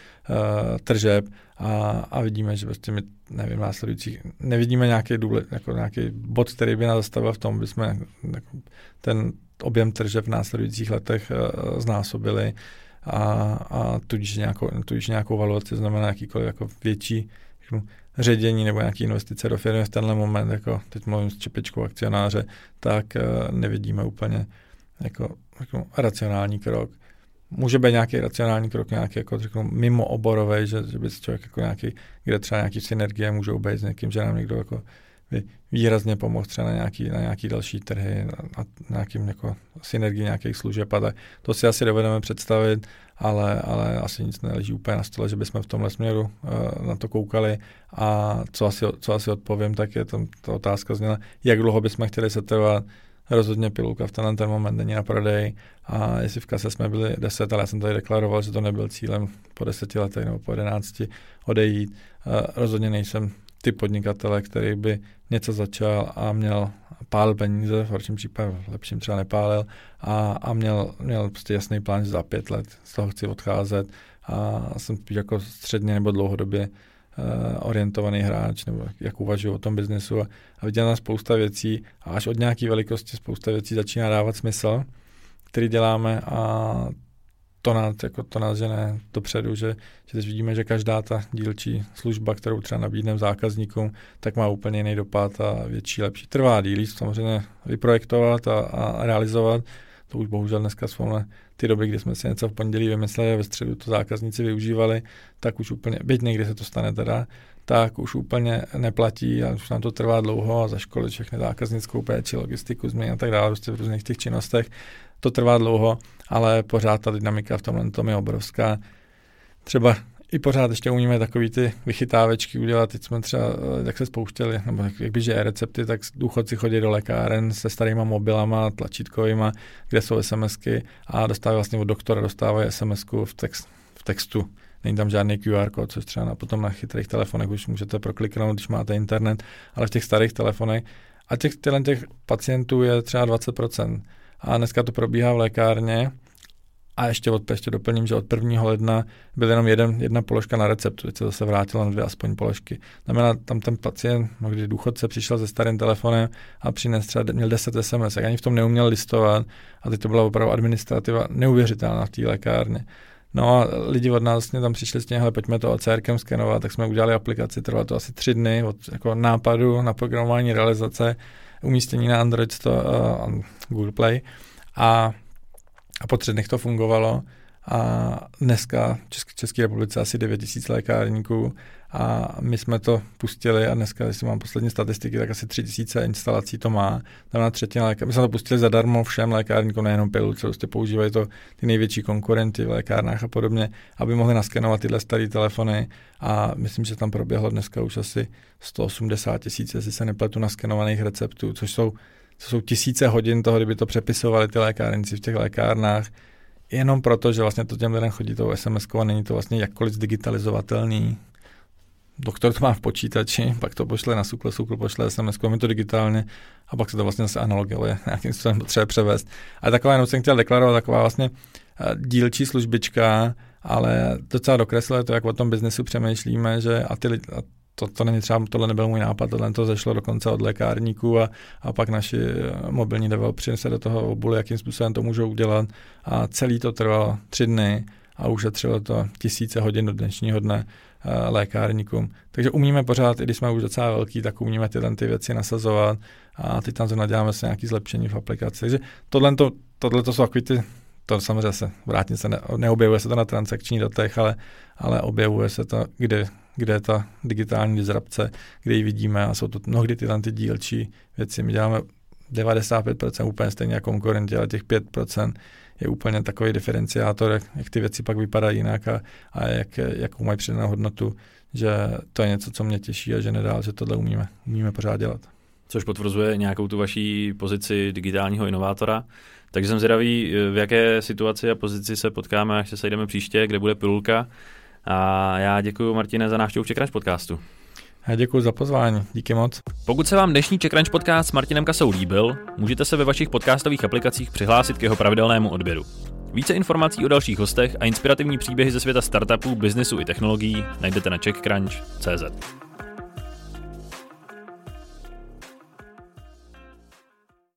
Speaker 2: tržeb a, a vidíme, že prostě my, nevím, následujících, nevidíme nějaký, důle, jako nějaký bod, který by nás zastavil v tom, by jsme jako, ten objem tržeb v následujících letech uh, znásobili a, a tudíž, nějakou, tudíž nějakou valuaci znamená jakýkoliv jako větší řeknu, ředění nebo nějaké investice do firmy v tenhle moment, jako teď mluvím s čepičkou akcionáře, tak uh, nevidíme úplně jako, jako racionální krok. Může být nějaký racionální krok, nějaký jako řeknu, mimo oborovej, že, že by se člověk jako nějaký, kde třeba nějaký synergie můžou být s někým, že nám někdo jako výrazně pomohl třeba na nějaký, na nějaký další trhy, na nějakým jako synergii nějakých služeb a tak. To si asi dovedeme představit, ale, ale asi nic neleží úplně na stole, že bychom v tomhle směru uh, na to koukali a co asi, co asi odpovím, tak je tam ta otázka zněla, jak dlouho bychom chtěli setrvat. Rozhodně pilulka v tenhle ten moment není na prodej a jestli v kase jsme byli deset, ale já jsem tady deklaroval, že to nebyl cílem po deseti letech nebo po jedenácti odejít. Uh, rozhodně nejsem typ podnikatele, který by něco začal a měl pálil peníze, v horším případě, v lepším třeba nepálil a, a měl, měl prostě jasný plán, že za pět let z toho chci odcházet a jsem spíš jako středně nebo dlouhodobě uh, orientovaný hráč, nebo jak uvažuji o tom biznesu a, a viděl na spousta věcí a až od nějaké velikosti spousta věcí začíná dávat smysl, který děláme a to nás, jako to nás žene dopředu, že, že teď vidíme, že každá ta dílčí služba, kterou třeba nabídneme zákazníkům, tak má úplně jiný dopad a větší, lepší. Trvá díl, samozřejmě vyprojektovat a, a realizovat. To už bohužel dneska jsou ty doby, kdy jsme si něco v pondělí vymysleli a ve středu to zákazníci využívali, tak už úplně, byť někdy se to stane teda, tak už úplně neplatí a už nám to trvá dlouho a zaškolit všechny zákaznickou péči, logistiku, změny a tak dále, prostě v různých těch činnostech. To trvá dlouho, ale pořád ta dynamika v tomhle tom je obrovská. Třeba i pořád ještě umíme takový ty vychytávečky udělat. Teď jsme třeba, jak se spouštěli, nebo jak běží e-recepty, tak důchodci chodí do lékáren se starýma mobilama, tlačítkovýma, kde jsou SMSky a dostávají vlastně od doktora, dostávají SMSku v, text, v textu. Není tam žádný Q R kód, což třeba na, potom na chytrých telefonech už můžete prokliknout, když máte internet, ale v těch starých telefonech a těch, těch pacientů je třeba dvacet procent. A dneska to probíhá v lékárně a ještě, od, ještě doplním, že od prvního ledna byl jenom jeden, jedna položka na receptu, teď se zase vrátilo na dvě aspoň položky. Znamená, tam ten pacient, no, když důchodce přišel se starým telefonem a přines třeba měl deset es em es, ani v tom neuměl listovat a teď to byla opravdu administrativa neuvěřitelná v té lékárně. No a lidi od nás vlastně tam přišli s tím, hele, pojďme to C R kem skenovat, tak jsme udělali aplikaci, trvalo to asi tři dny od jako nápadu na programování, realizace, umístění na Android Store a Google Play a, a po tři dnech to fungovalo a dneska v České, České republice asi devět tisíc lékárníků a my jsme to pustili a dneska, jestli mám poslední statistiky, tak asi tři tisíce instalací to má. Tam na třetina lékárníků. My jsme to pustili zadarmo všem lékárníkům, nejenom pilulce, prostě používají to ty největší konkurenty v lékárnách a podobně, aby mohli naskenovat tyhle staré telefony a myslím, že tam proběhlo dneska už asi sto osmdesát tisíc, jestli se nepletu, naskenovaných receptů, což jsou to jsou tisíce hodin toho, kdyby to přepisovali ty lékárníci v těch lékárnách, jenom proto, že vlastně to těm lidem chodí tou es em eskou a není to vlastně jakkoliv zdigitalizovatelný. Doktor to má v počítači, pak to pošle na SÚKL, SÚKL pošle es em esku, my to digitálně a pak se to vlastně zase analogově nějakým způsobem potřebuje převést. A taková, jenom jsem chtěl deklarovat, taková vlastně dílčí službička, ale docela dokresluje to, jak o tom biznesu přemýšlíme, že a ty lidi, a to, to není třeba, tohle nebyl můj nápad, tohle to zešlo dokonce od lékárníků a, a pak naši mobilní developři se do toho obuli, jakým způsobem to můžou udělat a celý to trvalo tři dny a ušetřilo to tisíce hodin do dnešního dne lékárníkům. Takže umíme pořád, i když jsme už docela velký, tak umíme tyhle ty věci nasazovat a teď tam zrovna děláme se nějaký zlepšení v aplikaci. Takže tohle to, tohle to jsou takový ty, to samozřejmě se vrátně se ne, neobjevuje se to na transakčních datech, ale, ale objevuje se to, kde, kde je ta digitální disrupce, kde ji vidíme a jsou to mnohdy tyhle ty dílčí věci. My děláme devadesát pět procent úplně stejně jako konkurenti, ale těch pět procent je úplně takový diferenciátor, jak, jak ty věci pak vypadají jinak a, a jak, jakou mají přidanou hodnotu, že to je něco, co mě těší a že nedál, že tohle umíme, umíme pořád dělat.
Speaker 1: Což potvrzuje nějakou tu vaší pozici digitálního inovátora. Takže jsem zvědavý, v jaké situaci a pozici se potkáme, až se sejdeme příště, kde bude pilulka. A já děkuji, Martine, za návštěvu CzechCrunch podcastu.
Speaker 2: Já děkuji za pozvání, díky moc.
Speaker 1: Pokud se vám dnešní CzechCrunch podcast s Martinem Kasou líbil, můžete se ve vašich podcastových aplikacích přihlásit k jeho pravidelnému odběru. Více informací o dalších hostech a inspirativní příběhy ze světa startupů, biznesu i technologií najdete na czechcrunch tečka cé zet.